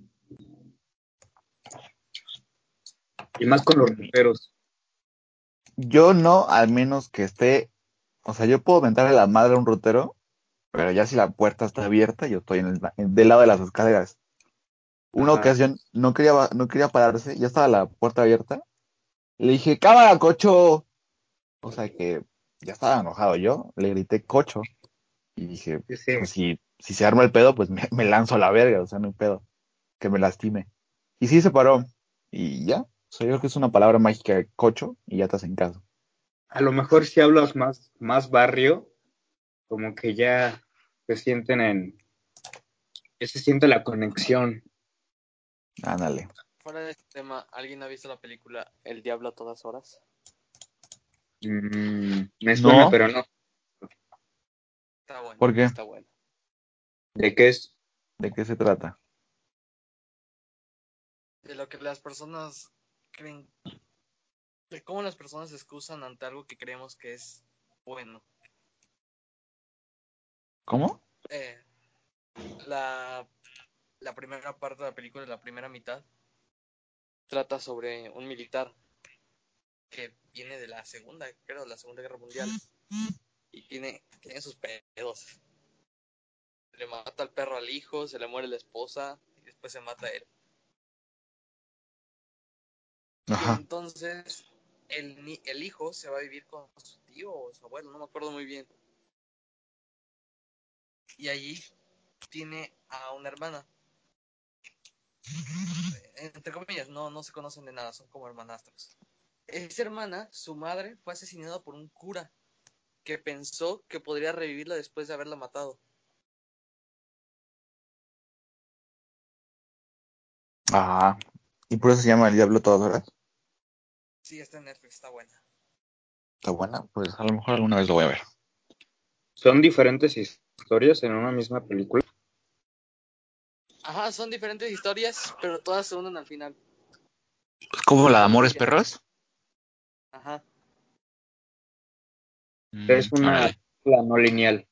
Y más con los ruteros. Yo no, al menos que esté, o sea, yo puedo mentarle la madre a un rutero, pero ya si la puerta está abierta, yo estoy en el, en- del lado de las escaleras. Una Ajá. ocasión no quería, ba- no quería pararse, ya estaba la puerta abierta. Le dije, cámara, cocho. O sea que ya estaba enojado yo, le grité cocho y dije, Sí, sí. pues si, si se arma el pedo, pues me, me lanzo a la verga, o sea, no hay pedo, que me lastime. Y sí se paró y ya, o sea, yo creo que es una palabra mágica, cocho, y ya te hacen caso. A lo mejor si hablas más, más barrio, como que ya se sienten en, ya se siente la conexión. Ándale. Fuera de este tema, ¿alguien ha visto la película El Diablo a todas horas? Mm, me suena, No, pero no. Está buena, ¿por qué? está buena. ¿De qué es? ¿De qué se trata? De lo que las personas creen, de cómo las personas se excusan ante algo que creemos que es bueno. ¿Cómo? Eh, la, la primera parte de la película, la primera mitad, trata sobre un militar que viene de la segunda, creo, de la Segunda Guerra Mundial, y tiene, tiene sus pedos. Le mata al perro al hijo, se le muere la esposa, y después se mata a él. Y Ajá. entonces el, el hijo se va a vivir con su tío o su abuelo, no me acuerdo muy bien. Y allí tiene a una hermana. Entre comillas, no, no se conocen de nada, son como hermanastros. Esa hermana, su madre, fue asesinada por un cura que pensó que podría revivirla después de haberla matado. Ajá. ¿Y por eso se llama El Diablo todas horas? Sí, está en Netflix, está buena. Está buena, pues a lo mejor alguna vez lo voy a ver. ¿Son diferentes historias en una misma película? Ajá, son diferentes historias, pero todas se unen al final. ¿Cómo la de Una Amores familia. Perros? Ajá. Mm, Es una órale. película no lineal.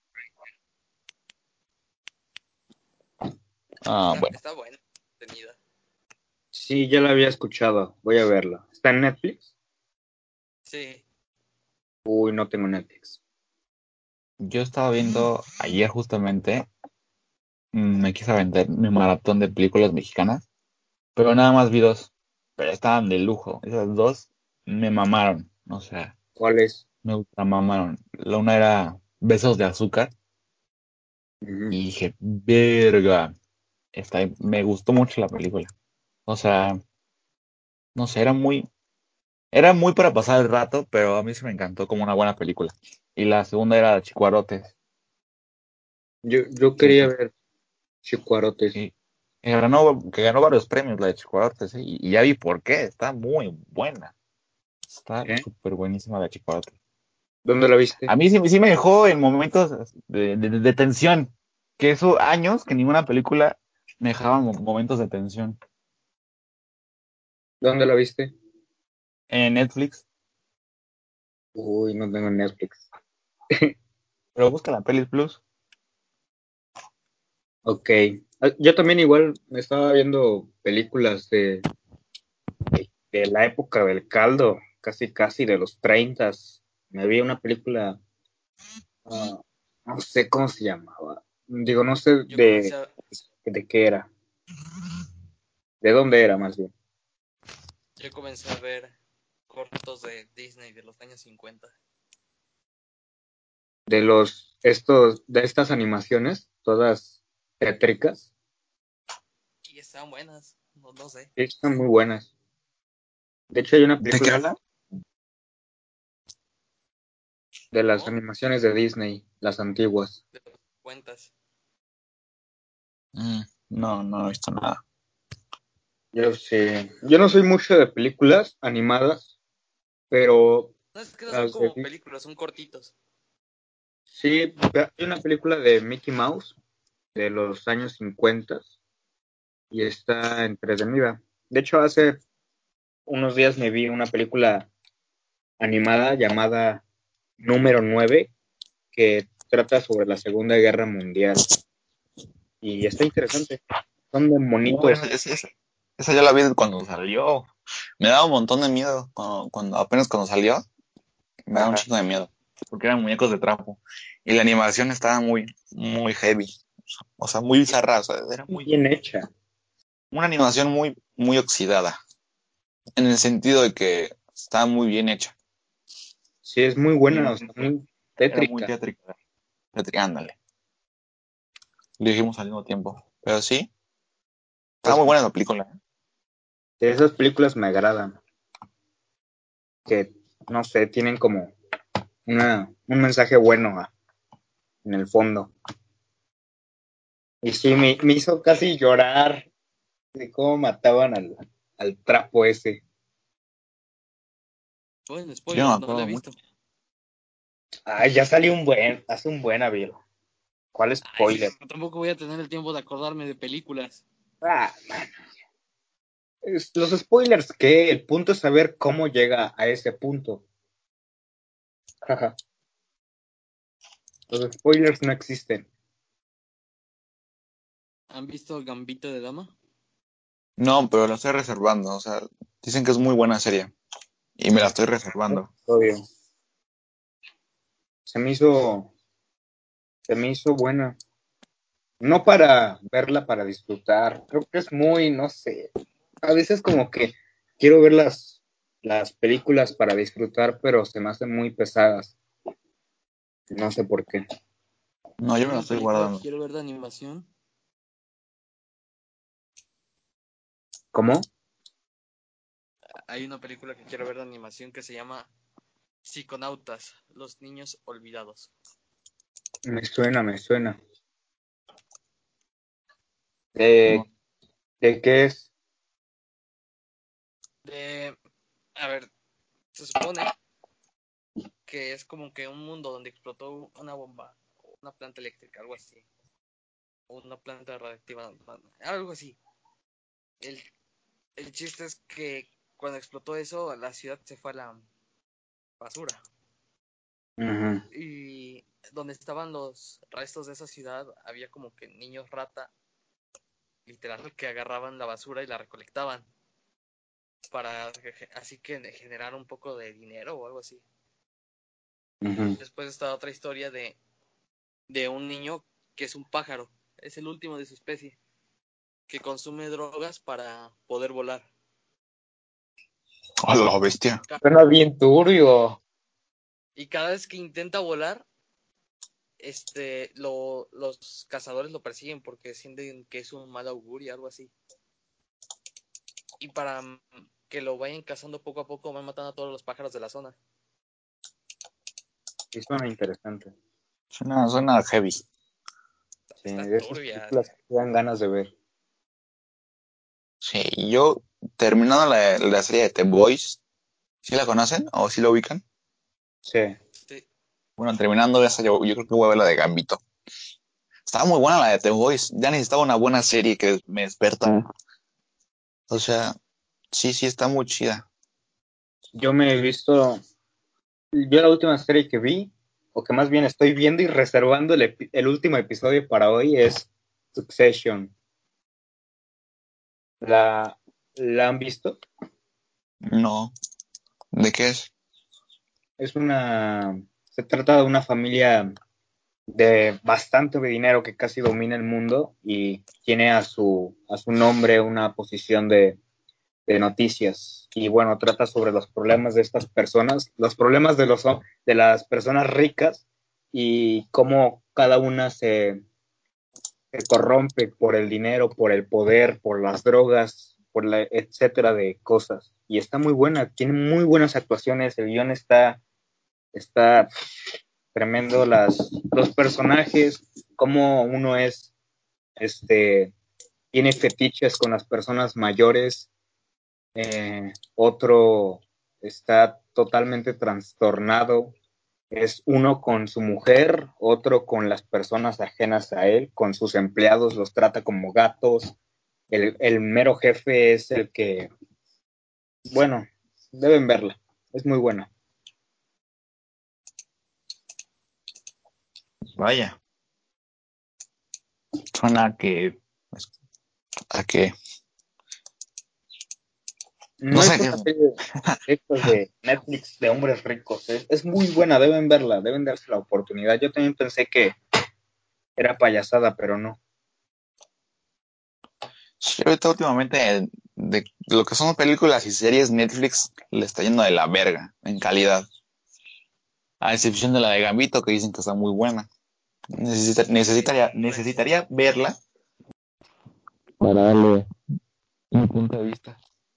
Ah, Está, bueno. está buena, tenida. Sí, ya la había escuchado. Voy a verla. ¿Está en Netflix? Sí. Uy, no tengo Netflix. Yo estaba viendo ayer justamente, mm, me quise aventar mi maratón de películas mexicanas, pero nada más vi dos, pero estaban de lujo. Esas dos me mamaron, o sea, ¿Cuál es? me ultra mamaron. La una era Besos de Azúcar Ujú. y dije, verga, esta, me gustó mucho la película. O sea, no sé, era muy, era muy para pasar el rato, pero a mí sí me encantó como una buena película. Y la segunda era Chicuarotes, Yo, yo que, quería ver Chicuarotes. que, que ganó, que ganó varios premios la de Chicuarotes, ¿eh? Y, y ya vi por qué, está muy buena. Está ¿Eh? súper buenísima la Chicuarotes. ¿Dónde la viste? A mí sí, sí me dejó en momentos de, de- de tensión, que eso años que ninguna película me dejaba mo- momentos de tensión. ¿Dónde la viste? En Netflix, Uy, no tengo Netflix. pero busca la Pelis Plus. Ok. Ah, yo también igual me estaba viendo películas de, de la época del caldo, casi casi de los treinta. Me vi una película, ah, no sé cómo se llamaba. Digo, no sé Yo comencé de, a, de qué era, de dónde era más bien. yo comencé a ver cortos de Disney de los años cincuenta. De los, estos, de estas animaciones, todas tétricas, Y estaban buenas, no, no sé. están muy buenas. De hecho, hay una ¿De qué película habla? de las ¿Cómo? animaciones de Disney, las antiguas. De los cuentas. Mm, no, no he visto nada. Yo sí, yo no soy mucho de películas animadas, pero No es que no son las de como Dis- películas, son cortitos. sí, hay una película de Mickey Mouse de los años cincuenta y está entretenida. De hecho, hace unos días me vi una película animada llamada Número nueve que trata sobre la Segunda Guerra Mundial y está interesante. Son de No, esa, monitos. esa- esa- esa ya la vi cuando salió. Me daba un montón de miedo cuando, cuando apenas cuando salió. Me daba un Ajá. chingo de miedo. Porque eran muñecos de trapo. Y la animación estaba muy, muy heavy. O sea, muy bizarra. O sea, era muy, Bien hecha. una animación muy, muy oxidada. En el sentido de que estaba muy bien hecha. Sí, es muy Muy buena, o bien sea, hecha. muy Era muy tétrica. teátrica. Tétrica, ándale. Lo dijimos al mismo tiempo. Pero sí, estaba Es- muy buena la película. ¿Eh? de esas películas me agradan, que no sé, tienen como una, un mensaje bueno ah, en el fondo. Y sí, me, me hizo casi llorar de cómo mataban al, al trapo ese. Bueno, Yo no me spoiler, no lo he acuerdo visto. mucho. Ay, ya salió un buen, hace un buen avión. ¿Cuál Ay, spoiler? pero tampoco voy a tener el tiempo de acordarme de películas. Ah, man, es- los spoilers, ¿qué? El punto es saber cómo llega a ese punto. Jaja. Los spoilers no existen. ¿Han visto el Gambito de Dama? No, pero la estoy reservando. O sea, dicen que es muy buena serie. Y me la estoy reservando. Obvio. Se me hizo, se me hizo buena. No para verla, para disfrutar. Creo que es muy, no sé. A veces como que quiero ver las, las películas para disfrutar, pero se me hacen muy pesadas. No sé por qué. No, yo Hay me la una estoy película que guardando. quiero ver de animación. ¿Cómo? Hay una película que quiero ver de animación que se llama Psiconautas, los niños olvidados. Me suena, me suena. No. ¿De, de qué es? De, a ver, se supone que es como que un mundo donde explotó una bomba, una planta eléctrica, algo así. una planta radiactiva, algo así. El, el chiste es que cuando explotó eso, la ciudad se fue a la basura. Ujú. Y donde estaban los restos de esa ciudad, había como que niños rata, literal, que agarraban la basura y la recolectaban para así que generar un poco de dinero o algo así. Ujú. Después está otra historia de, de un niño que es un pájaro, es el último de su especie, que consume drogas para poder volar. ¡A la bestia! Suena bien turbio. Y cada vez que intenta volar, este, lo, los cazadores lo persiguen porque sienten que es un mal augurio, algo así. Y para que lo vayan cazando poco a poco, van matando a todos los pájaros de la zona. Sí, suena interesante. Suena, suena heavy. Sí, Está de esas turbia. películas que te dan ganas de ver. Sí, yo, terminando la, la serie de The Boys, ¿sí la conocen o sí la ubican? Sí. Sí, Bueno, terminando esa, yo, yo creo que voy a ver la de Gambito. Estaba muy buena la de The Boys. Ya necesitaba una buena serie que me despertara. O sea, sí, sí, está muy chida. Yo me he visto, yo la última serie que vi, o que más bien estoy viendo y reservando el, epi- el último episodio para hoy es Succession. ¿La, la han visto? No. ¿De qué es? Es una, se trata de una familia de bastante dinero que casi domina el mundo y tiene a su, a su nombre una posición de, de noticias. Y bueno, trata sobre los problemas de estas personas, los problemas de, los, de las personas ricas y cómo cada una se, se corrompe por el dinero, por el poder, por las drogas, por la etcétera de cosas. Y está muy buena, tiene muy buenas actuaciones, el guión está, está tremendo, las, los personajes, cómo uno es, este, tiene fetiches con las personas mayores, eh, otro está totalmente trastornado, es uno con su mujer, otro con las personas ajenas a él, con sus empleados los trata como gatos, el, el mero jefe es el que, bueno, deben verla, es muy buena. Vaya. Suena a que... A que... No No sé es qué... una serie de estos de Netflix de hombres ricos, es, es muy buena, deben verla, deben darse la oportunidad. Yo también pensé que era payasada, pero no. Sí, ahorita últimamente de lo que son películas y series, Netflix le está yendo de la verga en calidad. A excepción de la de Gambito, que dicen que está muy buena. Necesita- necesitaría, necesitaría verla para darle un punto de vista.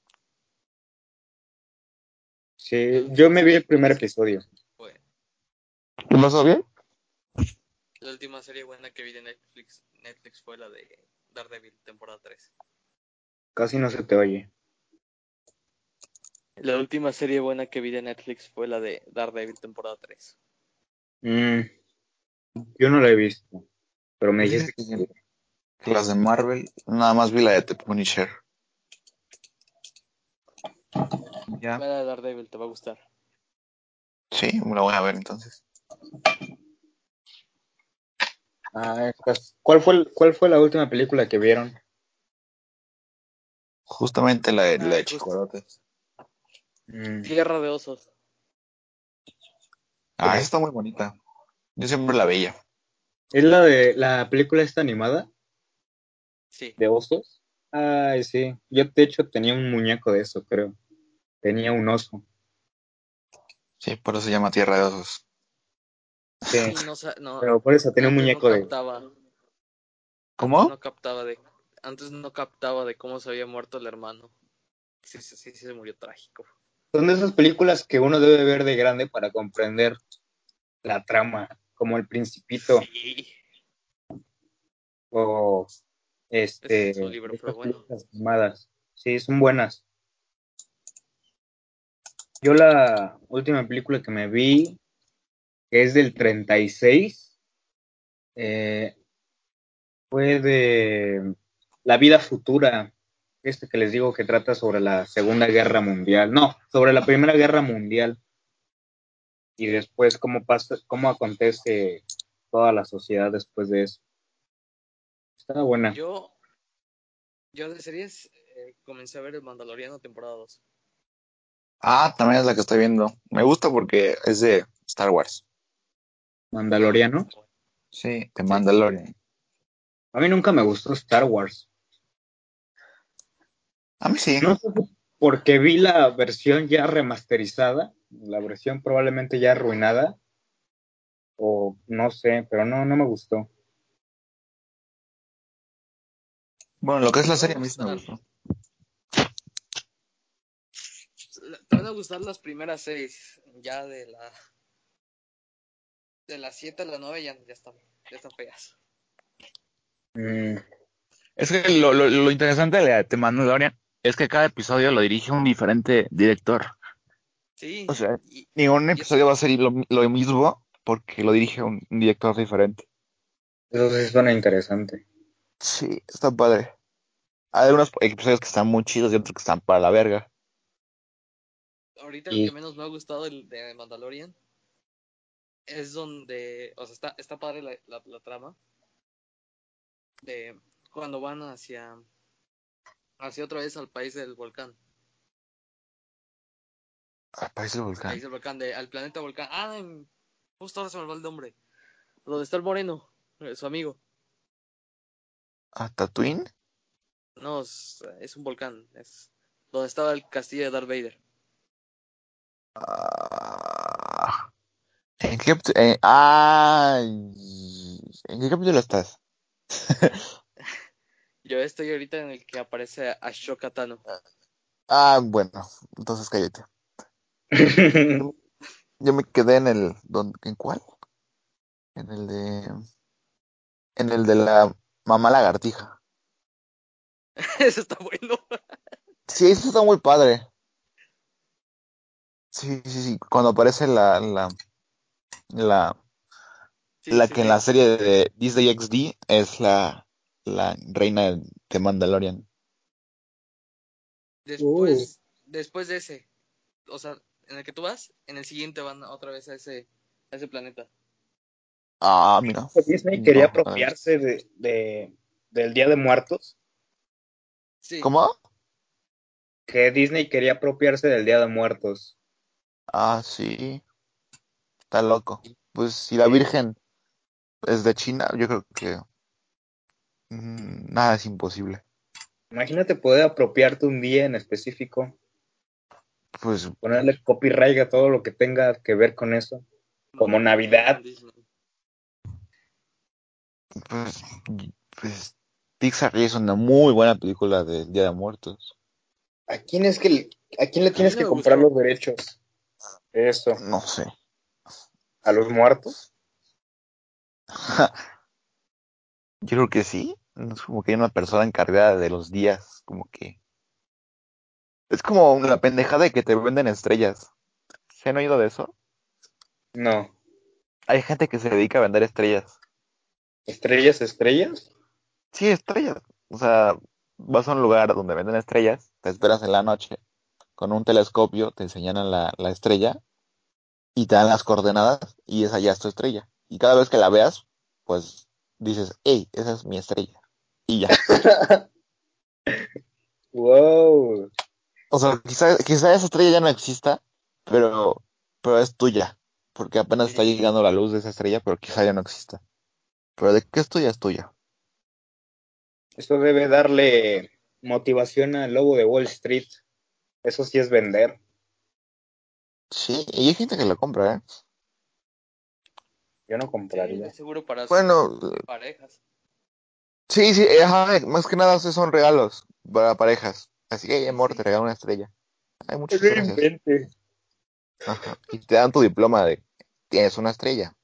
la Sí, yo última me vi el serie primer buena episodio. fue ¿Qué pasó bien? la última serie buena que vi de Netflix, Netflix fue la de Daredevil, temporada tres. Casi no se te oye. La última serie buena que vi de Netflix fue la de Daredevil, temporada tres. Mm, yo no la he visto, pero me Yo dijiste fíjate que que que las de Marvel, nada más vi la de The Punisher. Ya. Ve la de Daredevil, te va a gustar. Sí, me la voy a ver entonces. ah, estas- ¿cuál fue, el- cuál fue la última película que vieron? Justamente la de, la Ah, de justo. Chicorotes. Mm, Tierra de Osos. Ah, esa está muy bonita. Yo siempre la veía. ¿Es la de la película esta animada Sí. de osos? Ay, sí. Yo de hecho tenía un muñeco de eso, creo. Tenía un oso. Sí, por eso se llama Tierra de Osos. Sí, Y no, sa- no, pero por eso tenía un antes no muñeco de... captaba, antes ¿Cómo? no captaba de, antes no captaba de cómo se había muerto el hermano. Sí, sí, sí, sí, se murió trágico. Son de esas películas que uno debe ver de grande para comprender la trama, como El Principito Sí. o Ese este, es un libro, pero estas bueno. películas animadas. Sí, son buenas. Yo la última película que me vi, que es del treinta y seis, eh, fue de La vida futura, este que les digo que trata sobre la Segunda Guerra Mundial, no, sobre la Primera Guerra Mundial y después cómo pasa, cómo acontece toda la sociedad después de eso. Está buena. Yo, yo de series eh, comencé a ver El Mandaloriano temporada dos. Ah, también es la que estoy viendo. Me gusta porque es de Star Wars. Ah, Mandaloriano. está bueno. Sí, de Sí, Mandalorian. A mí nunca me gustó Star Wars. A mí sí. No sé si porque vi la versión ya remasterizada, la versión probablemente ya arruinada, o no sé, pero no, no me gustó. Bueno, lo que es te la van a serie a mí sí me gustar. gustó. Te van a gustar las primeras seis. Ya de la de las siete a la nueve ya, ya están, ya están feas. Mm, Es que lo, lo, lo interesante de The Mandalorian es que cada episodio lo dirige un diferente director. Sí, O sea, y, ningún y eso, episodio va a ser lo, lo mismo porque lo dirige un, un director diferente. eso sí suena interesante. Sí, está padre. Hay unos episodios que están muy chidos y otros que están para la verga. ahorita el que Y menos me ha gustado el de Mandalorian es donde, o sea, está, está padre la, la, la trama de cuando van hacia, hacia otra vez al país del volcán. Al país del Al país volcán. del volcán, de, al planeta volcán. Ah, en- justo ahora se me va el nombre. Donde está el moreno, eh, su amigo. ¿A Tatooine? No, es, es un volcán. Es donde estaba el castillo de Darth Vader. Ah, ¿en qué, epi- eh, ay, ¿en qué capítulo estás? Yo estoy ahorita en el que aparece Ashoka Tano. Ah, bueno, entonces cállate. Yo, yo me quedé en el, ¿dónde- ¿en cuál? En el de, en el de la mamá lagartija. Eso está bueno. Sí, eso está muy padre. Sí, sí, sí. Cuando aparece la, la, la, Sí, la sí, que en la sí. serie de Disney X D es la, la reina de Mandalorian. Uh, Después, después de ese, o sea, en el que tú vas, en el siguiente van otra vez a ese, a ese planeta. Ah, mira. Disney quería No, a ver. apropiarse de, de- del Día de Muertos, Sí, ¿Cómo? que Disney quería apropiarse del Día de Muertos. Ah, sí. Está loco. Pues si la Sí. Virgen es de China, yo creo que mm, nada es imposible. Imagínate poder apropiarte un día en específico, Pues, ponerle copyright a todo lo que tenga que ver con eso, como monopolizar Navidad. con Disney. pues, pues Pixar es una muy buena película del Día de Muertos. ¿A quién es que le- a quién le A mí tienes no que me comprar gustó. los derechos? Eso, No sé. a los muertos. Yo creo que sí. Es como que hay una persona encargada de los días, como que... Es como la pendejada de que te venden estrellas. ¿Se han oído de eso? No, Hay gente que se dedica a vender estrellas. estrellas, estrellas. Sí, estrellas. O sea, vas a un lugar donde venden estrellas, te esperas en la noche, con un telescopio te enseñan la, la estrella y te dan las coordenadas y esa ya es tu estrella. Y cada vez que la veas, pues dices, hey, esa es mi estrella. Y ya. Wow, O sea, quizá, quizá esa estrella ya no exista, pero, pero es tuya. Porque apenas está Sí. llegando la luz de esa estrella, pero quizá ya no exista. Pero de que es tuya, es tuya. eso debe darle motivación al lobo de Wall Street. Eso sí es vender. Sí, y hay gente que lo compra, ¿eh? Yo no Sí, de compraría. seguro para sus Bueno, parejas. sí, sí, ajá, más que nada esos son regalos para parejas. Así que, hey, Sí, amor, te sí. regalo una estrella. Ay, No muchas gracias. inventes. Ajá. Y te dan tu diploma de tienes una estrella.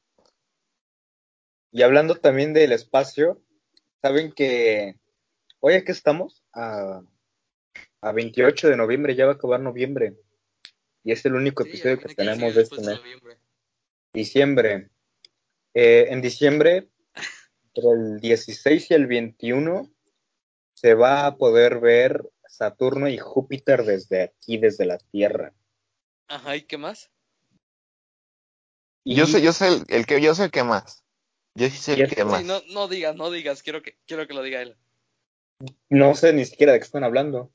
Y hablando también del espacio, ¿saben que hoy aquí estamos? A, a veintiocho de noviembre, ya va a acabar noviembre. Y es el único Sí, episodio que adivina quién sigue tenemos de después este de mes. noviembre. Diciembre. Eh, en diciembre entre el dieciséis y el veintiuno se va a poder ver Saturno y Júpiter desde aquí, desde la Tierra. Ajá, ¿y qué más? Yo Y, sé, yo sé el, el que, yo sé el que más. Yo sí sé y el es- que Sí, no, más. no digas, no digas, quiero que, quiero que lo diga él. no sé ni siquiera de qué están hablando.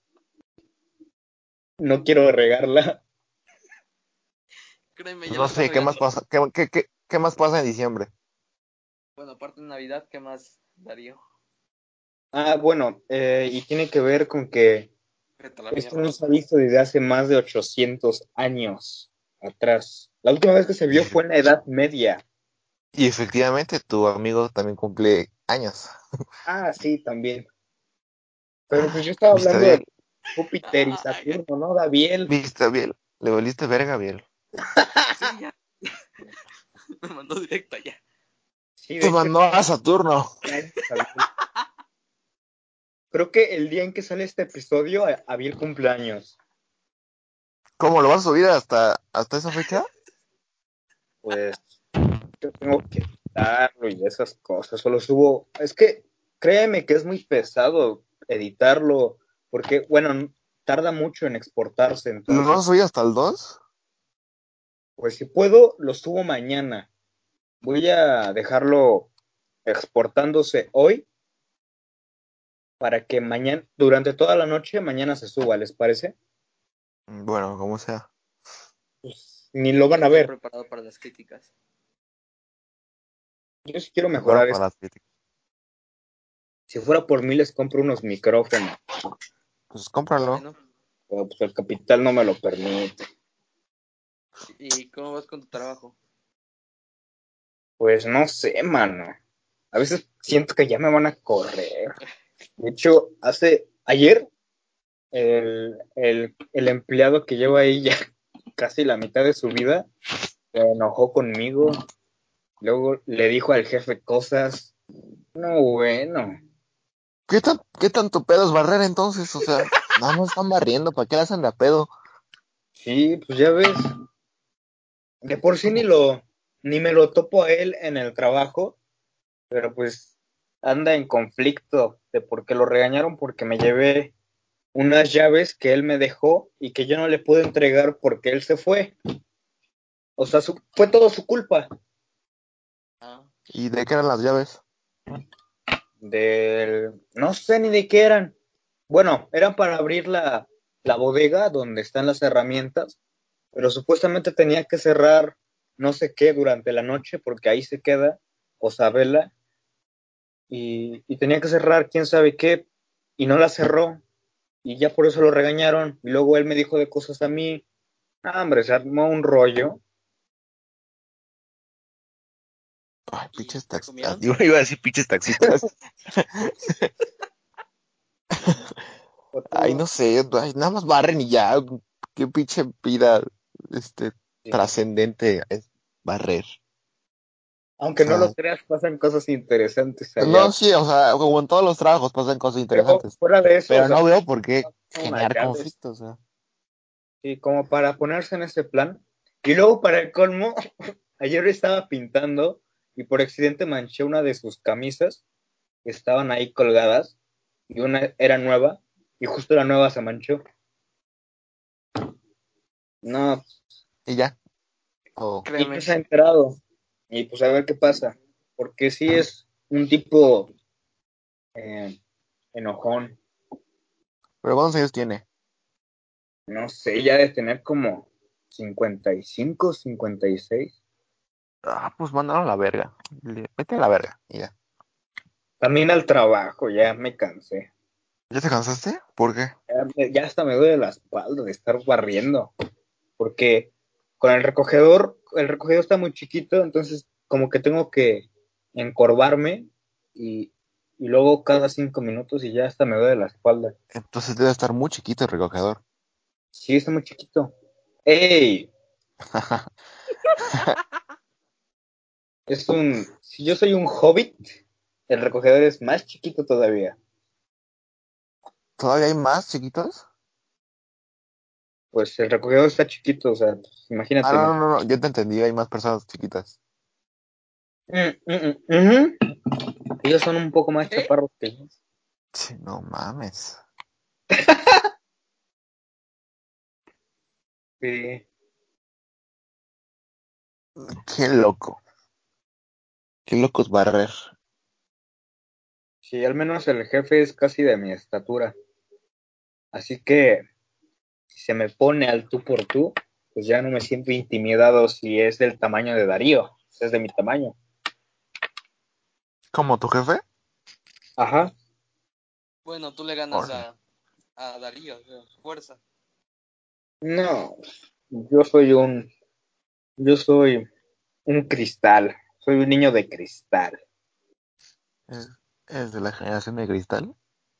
No quiero regarla. Créeme, ya lo No estás sé, ¿qué más regando. pasa? ¿Qué, qué, qué, qué más pasa en diciembre? Bueno, aparte de Navidad, ¿qué más, Darío? Ah, bueno, eh, y tiene que ver con que Vete a la esto mierda. no se ha visto desde hace más de ochocientos años atrás. La última vez que se Y, vio fue en la Edad Media. y efectivamente, tu amigo también cumple años. Ah, sí, también. Pero pues yo estaba ¿Viste hablando bien? de Júpiter y Ay, Saturno, ¿no, Daviel? ¿Viste bien? Le volviste verga, bien. sí, ya. Me mandó directo allá. Sí, de Te hecho, mandó a Saturno. Daviel. Creo que el día en que sale este episodio, a- Abiel cumpleaños. ¿Cómo lo vas a subir hasta, hasta esa fecha? Pues yo tengo que editarlo y esas cosas. Solo subo. Es que créeme que es muy pesado editarlo, porque, bueno, tarda mucho en exportarse. ¿Lo Entonces, vas a subir hasta el dos? pues si puedo, lo subo mañana. Voy a dejarlo exportándose hoy para que mañana, durante toda la noche, mañana se suba, ¿les parece? Bueno, como sea. Pues ni lo Ya van a estoy ver. preparado para las críticas. Yo sí quiero Prepara mejorar para esto. las críticas. Si fuera por mí, les compro unos micrófonos, Pues cómpralo. Bueno, pero pues el capital no me lo permite. ¿y cómo vas con tu trabajo? Pues no sé, mano. A veces siento que ya me van a correr. De hecho, hace ayer el, el, el empleado que lleva ahí ya casi la mitad de su vida se enojó conmigo. Luego le dijo al jefe cosas. No, bueno. ¿Qué tan, qué tanto pedo es barrer entonces? O sea, nada más están barriendo, ¿para qué le hacen de a pedo? Sí, pues ya ves. De por sí ni lo, ni me lo topo a él en el trabajo, pero pues anda en conflicto de por qué lo regañaron porque me llevé unas llaves que él me dejó y que yo no le pude entregar porque él se fue. O sea, su- fue todo su culpa. Ah, ¿Y de qué eran las llaves? Del, no sé ni de qué eran. Bueno, eran para abrir la, la bodega donde están las herramientas, pero supuestamente tenía que cerrar no sé qué durante la noche porque ahí se queda Osabela y, y tenía que cerrar quién sabe qué y no la cerró y ya por eso lo regañaron y luego él me dijo de cosas a mí. Ah, hombre, se armó un rollo. Ay, ¿y pinches te taxistas. comieron? Yo iba a decir pinches taxistas. Ay, Otro, no sé, ay, nada más barren y ya. Qué pinche vida, este, sí. trascendente es barrer. O Aunque no lo sea, creas, pasan cosas interesantes allá. no, sí, o sea, como en todos los trabajos pasan cosas Pero interesantes. fuera de eso, o Pero sea, no veo por qué unas generar llaves, conflictos, o sea. y como para ponerse en ese plan. Y luego para el colmo, ayer estaba pintando y por accidente manché una de sus camisas que estaban ahí colgadas y una era nueva y justo la nueva se manchó. No, Y ya. Oh, y no Créeme. se ha enterado. Y pues a ver qué pasa. Porque sí es un tipo eh, enojón. pero ¿cuántos años tiene? No sé, ya de tener como cincuenta y cinco, cincuenta y seis. Ah, pues mándalo a la verga. Le- Vete a la verga. Y ya. También al trabajo, ya me cansé. ¿Ya te cansaste? ¿Por qué? Ya, me- ya hasta me duele la espalda de estar barriendo. Porque con el recogedor, el recogedor está muy chiquito, entonces como que tengo que encorvarme y, y luego cada cinco minutos y ya hasta me duele la espalda. Entonces debe estar muy chiquito el recogedor. Sí, está muy chiquito. ¡Ey! Es un. Si yo soy un hobbit, el recogedor es más chiquito todavía. ¿Todavía hay más chiquitos? Pues el recogedor está chiquito, o sea, pues, Ah, imagínate, no, ¿no? no, no, no, yo te entendí, hay más personas chiquitas. Mm, mm, mm, ujú. Ellos son un poco más ¿Eh? chaparros que yo. Sí, no mames. Sí. Qué loco. Qué loco es barrer. Sí, al menos el jefe es casi de mi estatura. Así que si se me pone al tú por tú, pues ya no me siento intimidado si es del tamaño de Darío. Si es de mi tamaño. ¿Como tu jefe? Ajá. Bueno, tú le ganas Órale. a, a Darío, o sea, fuerza. No, yo soy un, yo soy un cristal. Soy un niño de cristal. ¿Es, es de la generación de cristal?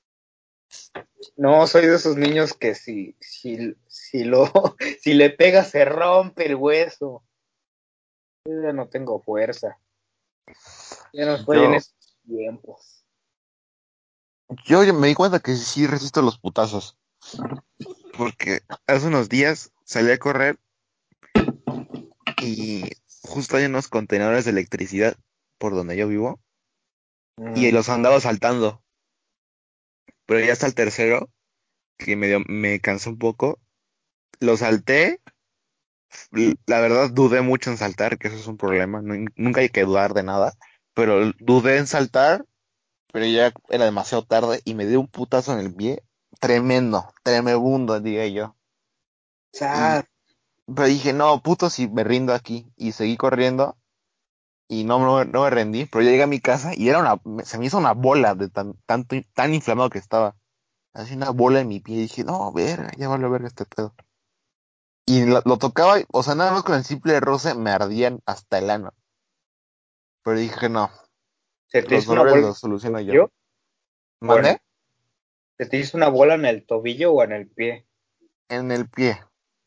No, soy de esos niños que si, si, si lo, si le pega se rompe el hueso. Yo ya no tengo fuerza. Ya no estoy en Yo, esos tiempos. yo ya me di cuenta que sí resisto los putazos. Porque hace unos días salí a correr y justo hay unos contenedores de electricidad por donde yo vivo y Mm. los andaba saltando. Pero ya hasta el tercero, que me dio- me cansó un poco, lo salté. L- La verdad dudé mucho en saltar, que eso es un problema. nu- Nunca hay que dudar de nada. Pero dudé en saltar, pero ya era demasiado tarde y me dio un putazo en el pie. Tremendo, tremebundo, diría yo. Y Sas. pero dije, no, puto, si me rindo aquí. Y seguí corriendo y no, no, no me rendí. Pero ya llegué a mi casa y era una, me- se me hizo una bola de tan, tanto, tan inflamado que estaba. Así una bola en mi pie. Y dije, no, verga, ya vale verga este pedo. Y lo, lo tocaba, o sea, nada más con el simple roce me ardían hasta el ano. Pero dije, no, ¿Se te los hizo una dolores bola en los el soluciono yo. tobillo? ¿O en- ¿Mandé? ¿Se te hizo una bola en el tobillo o en el pie? En el pie,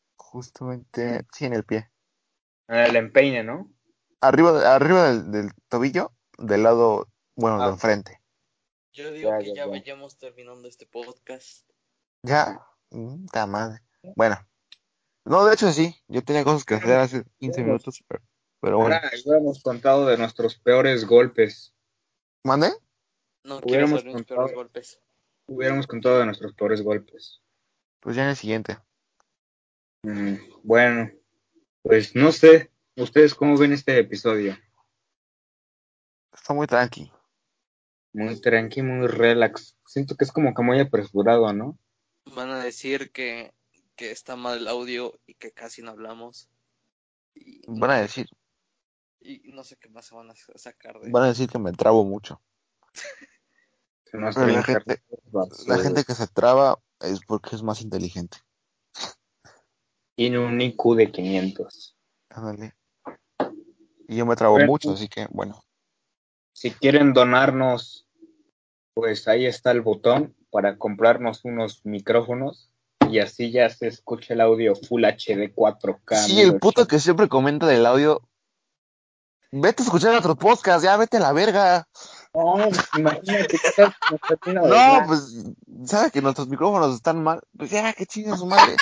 Mm. justamente, sí, en el pie. En el empeine, ¿no? Arriba, de- arriba del, del tobillo, del lado, bueno, de Ah, ok. enfrente. Yo digo Ya, que ya, ya ya. vayamos terminando este podcast. Ya, puta madre. Bueno, no, de hecho sí, yo tenía cosas que hacer hace quince Hubiéramos, minutos, pero, pero ajá, bueno. hubiéramos contado de nuestros peores golpes. ¿Mandé? No quiero Hubiéramos hacer mis peores contado, golpes. hubiéramos contado de nuestros peores golpes. Pues ya en el siguiente. Mm, bueno, pues no sé. ¿Ustedes cómo ven este episodio? Está muy tranqui. Muy tranqui, muy relax. Siento que es como que muy apresurado, ¿no? Van a decir que, que está mal el audio y que casi no hablamos. Y Van no a sé qué, decir, y no sé qué más se van a sacar de. van a decir que me trabo mucho. Que Pero nuestro la internet gente, es la basura. gente que se traba es porque es más inteligente. Tiene un I Q de quinientos. Ándale. Y yo me trabo Bueno, mucho, así que bueno. si quieren donarnos, pues ahí está el botón para comprarnos unos micrófonos y así ya se escucha el audio Full H D cuatro K Sí, el puto mil ochenta. que siempre comenta del audio, vete a escuchar otro podcast, ya vete a la verga. No, imagínate que tal si nos termina de No, hablar. pues, sabe que nuestros micrófonos están mal. Pues ya, que chingue su madre.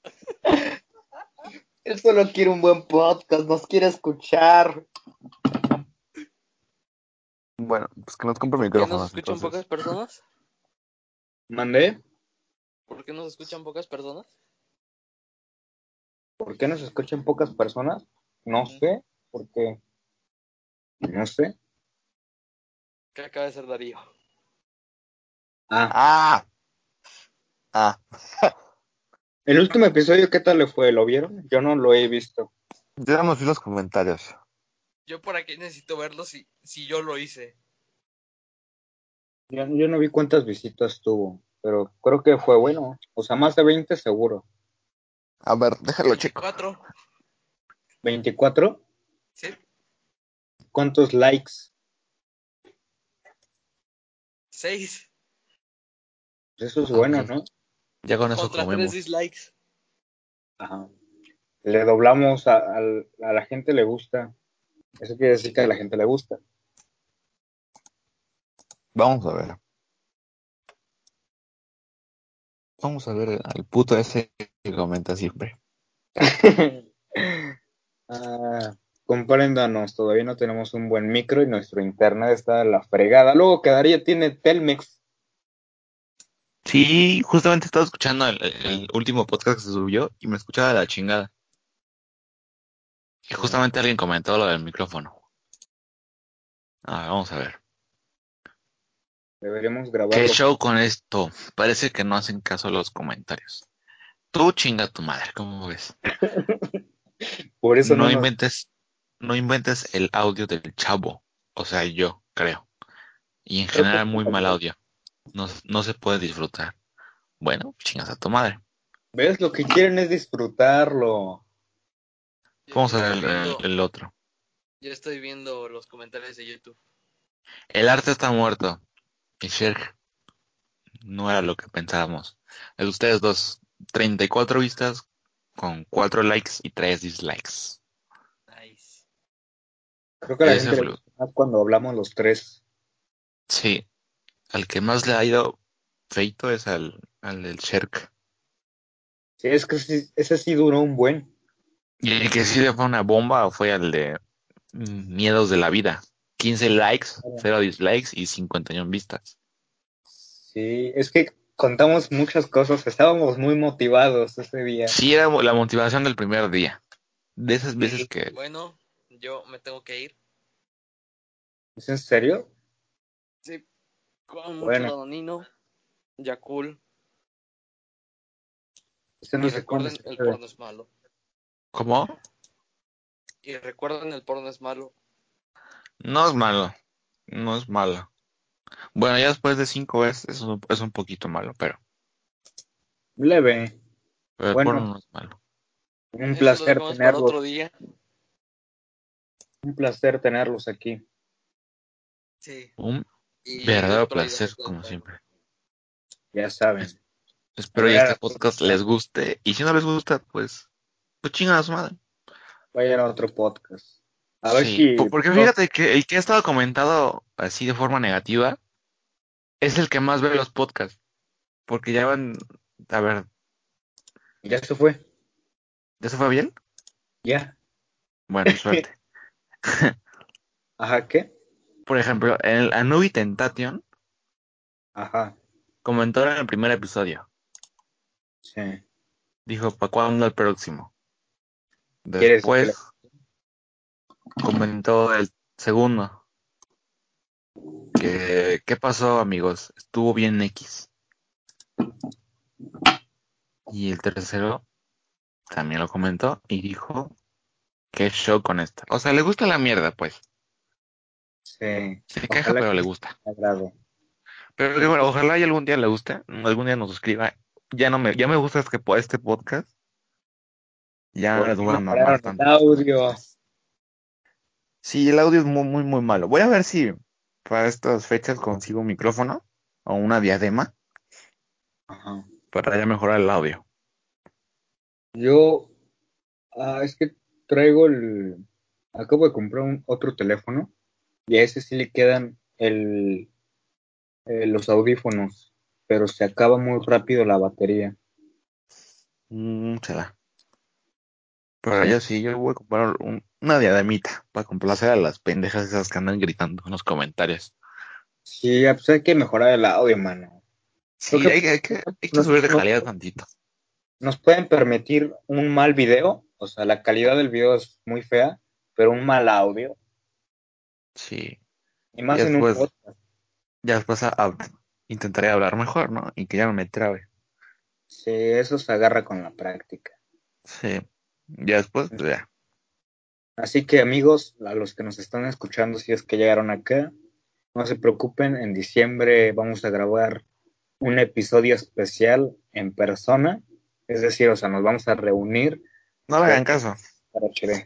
Él solo quiere un buen podcast, nos quiere escuchar. Bueno, pues que nos ¿Y compre por qué nos micrófonos, escuchan pocas entonces. personas? ¿Mandé? ¿Por qué nos escuchan pocas personas? ¿Por qué nos escuchan pocas personas? No Ujú. sé, porque no sé. ¿Qué acaba de ser Darío? Ah, Ah, ah. el último episodio, ¿qué tal le fue? ¿Lo vieron? Yo no lo he visto. Ya no vi los comentarios. Yo para qué necesito verlo si, si yo lo hice. Yo, yo no vi cuántas visitas tuvo, pero creo que fue bueno. O sea, más de veinte seguro. A ver, déjalo checo. Veinticuatro. ¿veinticuatro? ¿Sí? ¿Cuántos likes? Seis. Pues eso es Ah, pues bueno, ya, ¿no? ya con eso Contra tres comemos. dislikes. Ajá. Le doblamos a, a, a la gente le gusta. Eso quiere decir que a la gente le gusta. Vamos a ver. Vamos a ver al puto ese que comenta siempre. ah, compréndanos, todavía no tenemos un buen micro y nuestro internet está a la fregada. Luego quedaría, tiene Telmex. Sí, justamente estaba escuchando el, el último podcast que se subió y me escuchaba de la chingada. Y Sí, justamente alguien comentó lo del micrófono. Ah, vamos a ver. deberíamos ¿Qué grabarlo. show con esto? Parece que no hacen caso a los comentarios. Tú chinga tu madre, ¿cómo ves? Por eso no No nos... inventes, no inventes el audio del chavo. O sea, yo creo. Y en Creo que general muy mal audio. No, no se puede disfrutar. Bueno, chingas a tu madre. ¿Ves? Lo que quieren es disfrutarlo. Yo Vamos a ver estoy el, el- viendo, el otro. yo estoy viendo los comentarios de YouTube. El arte está muerto. Y Sherk no era lo que pensábamos. El de ustedes dos, treinta y cuatro vistas con cuatro likes y tres dislikes. Nice. Creo que a la Ese gente le fue, gusta más cuando hablamos los tres. sí, al que más le ha ido feito es al, al del Sherk. Sí, es que sí- ese sí duró un buen. Y el que sí le fue una bomba fue al de mm, Miedos de la Vida. quince likes, cero dislikes y cincuenta y uno vistas. Sí, es que contamos muchas cosas. Estábamos muy motivados ese día. Sí, era la motivación del primer día. De esas veces Sí. que Bueno, yo me tengo que ir. ¿Es en serio? Sí, con mucho Bueno, danonino, Yakul. ese no Y sé cuándo recuerden, se el puede. porno es malo. ¿cómo? Y recuerden, el porno es malo. No es malo, no es malo. Bueno, ya después de cinco veces es un, es un poquito malo, pero, Leve. pero el porno Bueno, no es malo. un Eso lo placer dejamos para tenerlos. otro día. Un placer tenerlos aquí. Sí. Un Y verdadero espero ir a placer, ver el como porno. siempre. Ya saben. Es- espero Volver y a este la podcast próxima. les guste. Y si no les gusta, pues, pues chingan a su madre. Vayan a otro podcast. A ver Sí, po- si... porque No, fíjate que el que ha estado comentado así de forma negativa es el que más ve los podcasts. Porque ya van, a ver, ya se fue. ¿ya se fue bien? Ya. Bueno, suerte. Ajá, ¿qué? Por ejemplo, el Anubi Tentation Ajá. comentó en el primer episodio. Sí. Dijo, ¿para cuándo el próximo? ¿Quieres que le... Después comentó el segundo, que ¿qué pasó, amigos? Estuvo bien X. Y el tercero también lo comentó y dijo, qué show con esta. O sea, le gusta la mierda, pues. Sí. Se queja, Ojalá pero que le me gusta. agrade. Pero que bueno, ojalá y algún día le guste, algún día nos suscriba. Ya no me, ya me gusta este, po- este podcast. Ya ¿Por qué dura ma- mejoraron el bastante. audio? Sí, el audio es muy, muy, muy malo. Voy a ver si para estas fechas consigo un micrófono o una diadema Ajá. para ya mejorar el audio. Yo... Ah, es que traigo el... Acabo de comprar un otro teléfono y a ese sí le quedan el, eh, los audífonos, pero se acaba muy rápido la batería. Mm, será. Pero Sí. yo sí, yo voy a comprar un- una diademita para complacer a las pendejas esas que andan gritando en los comentarios. Sí, ah, pues hay que mejorar el audio, mano. Creo Sí, que hay, que, hay que hay que nos, subir de nos- calidad tantito. nos pueden permitir un mal video, o sea, la calidad del video es muy fea, pero un mal audio, Sí. y Y más en un después, podcast. ya después a- a- intentaré hablar mejor, ¿no? Y que ya no me trabe. Sí, eso se agarra con la práctica. Sí. Ya después, pues ya. Así que amigos, a los que nos están escuchando, si es que llegaron acá, no se preocupen, en diciembre vamos a grabar un episodio especial en persona, es decir, o sea, nos vamos a reunir No le ya hagan caso. para H D.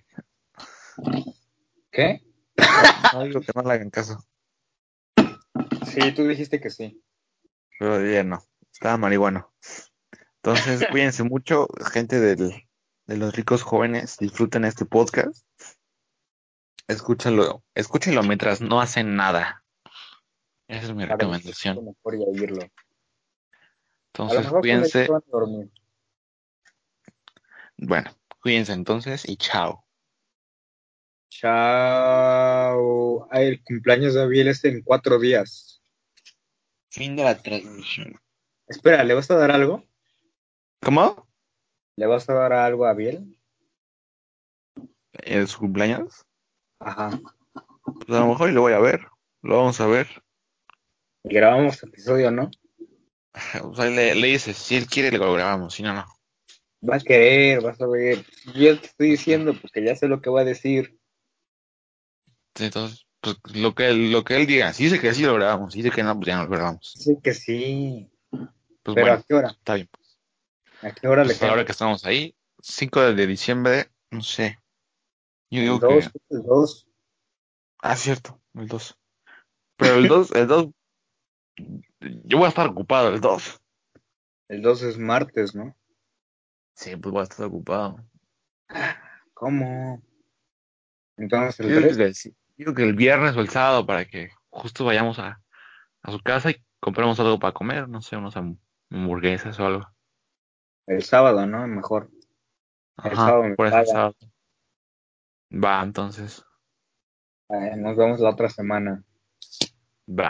¿Qué? No, no digo que no le hagan caso. Sí, tú dijiste que sí. Pero ya no. Estaba marihuano. Entonces, cuídense mucho, gente del, de los ricos jóvenes. Disfruten este podcast. Escúchalo, escúchenlo mientras no hacen nada. Esa es mi Para después recomendación. mejor ya oírlo. A lo Entonces, mejor cuando ya se cuídense. van a dormir. Bueno, cuídense entonces y chao. Chao. Ay, el cumpleaños de Abiel es en cuatro días. Fin de la transmisión. Espera, ¿le vas a dar algo? ¿Cómo? ¿Le vas a dar algo a Abiel? ¿En su cumpleaños? Ajá. Pues a lo mejor y lo voy a ver. Lo vamos a ver. Y grabamos episodio, ¿no? O sea, le, le dices, si él quiere, lo grabamos. Si no, no. Va a querer, vas a ver. Yo te estoy Pues sí. diciendo porque ya sé lo que va a decir. Entonces, pues lo que, él- lo que él diga. Si dice que sí, lo grabamos. Si dice que no, pues ya no lo grabamos. Sí que sí. Pues Pero bueno, ¿a qué hora? está bien. ¿A qué hora le Pues a la hora caemos? que estamos ahí, cinco de diciembre, no sé. Yo El digo dos, que. el dos. Ah, cierto, el dos. Pero el dos, el dos, yo voy a estar ocupado el dos. El dos es martes, ¿no? Sí, pues voy a estar ocupado. ¿Cómo? Entonces el Yo digo tres. que, el- sí, digo que el viernes o el sábado para que justo vayamos a, a su casa y compremos algo para comer, no sé, unos ham- hamburguesas o algo. El sábado, ¿no? Mejor. El Ajá, sábado me por eso el paga. sábado. Va, entonces. Eh, nos vemos la otra semana. Va.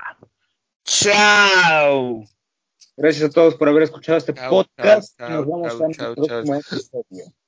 ¡Chao! Gracias a todos por haber escuchado este Chao, chao, podcast y nos chao, vemos chao, en el chao, chao. próximo episodio.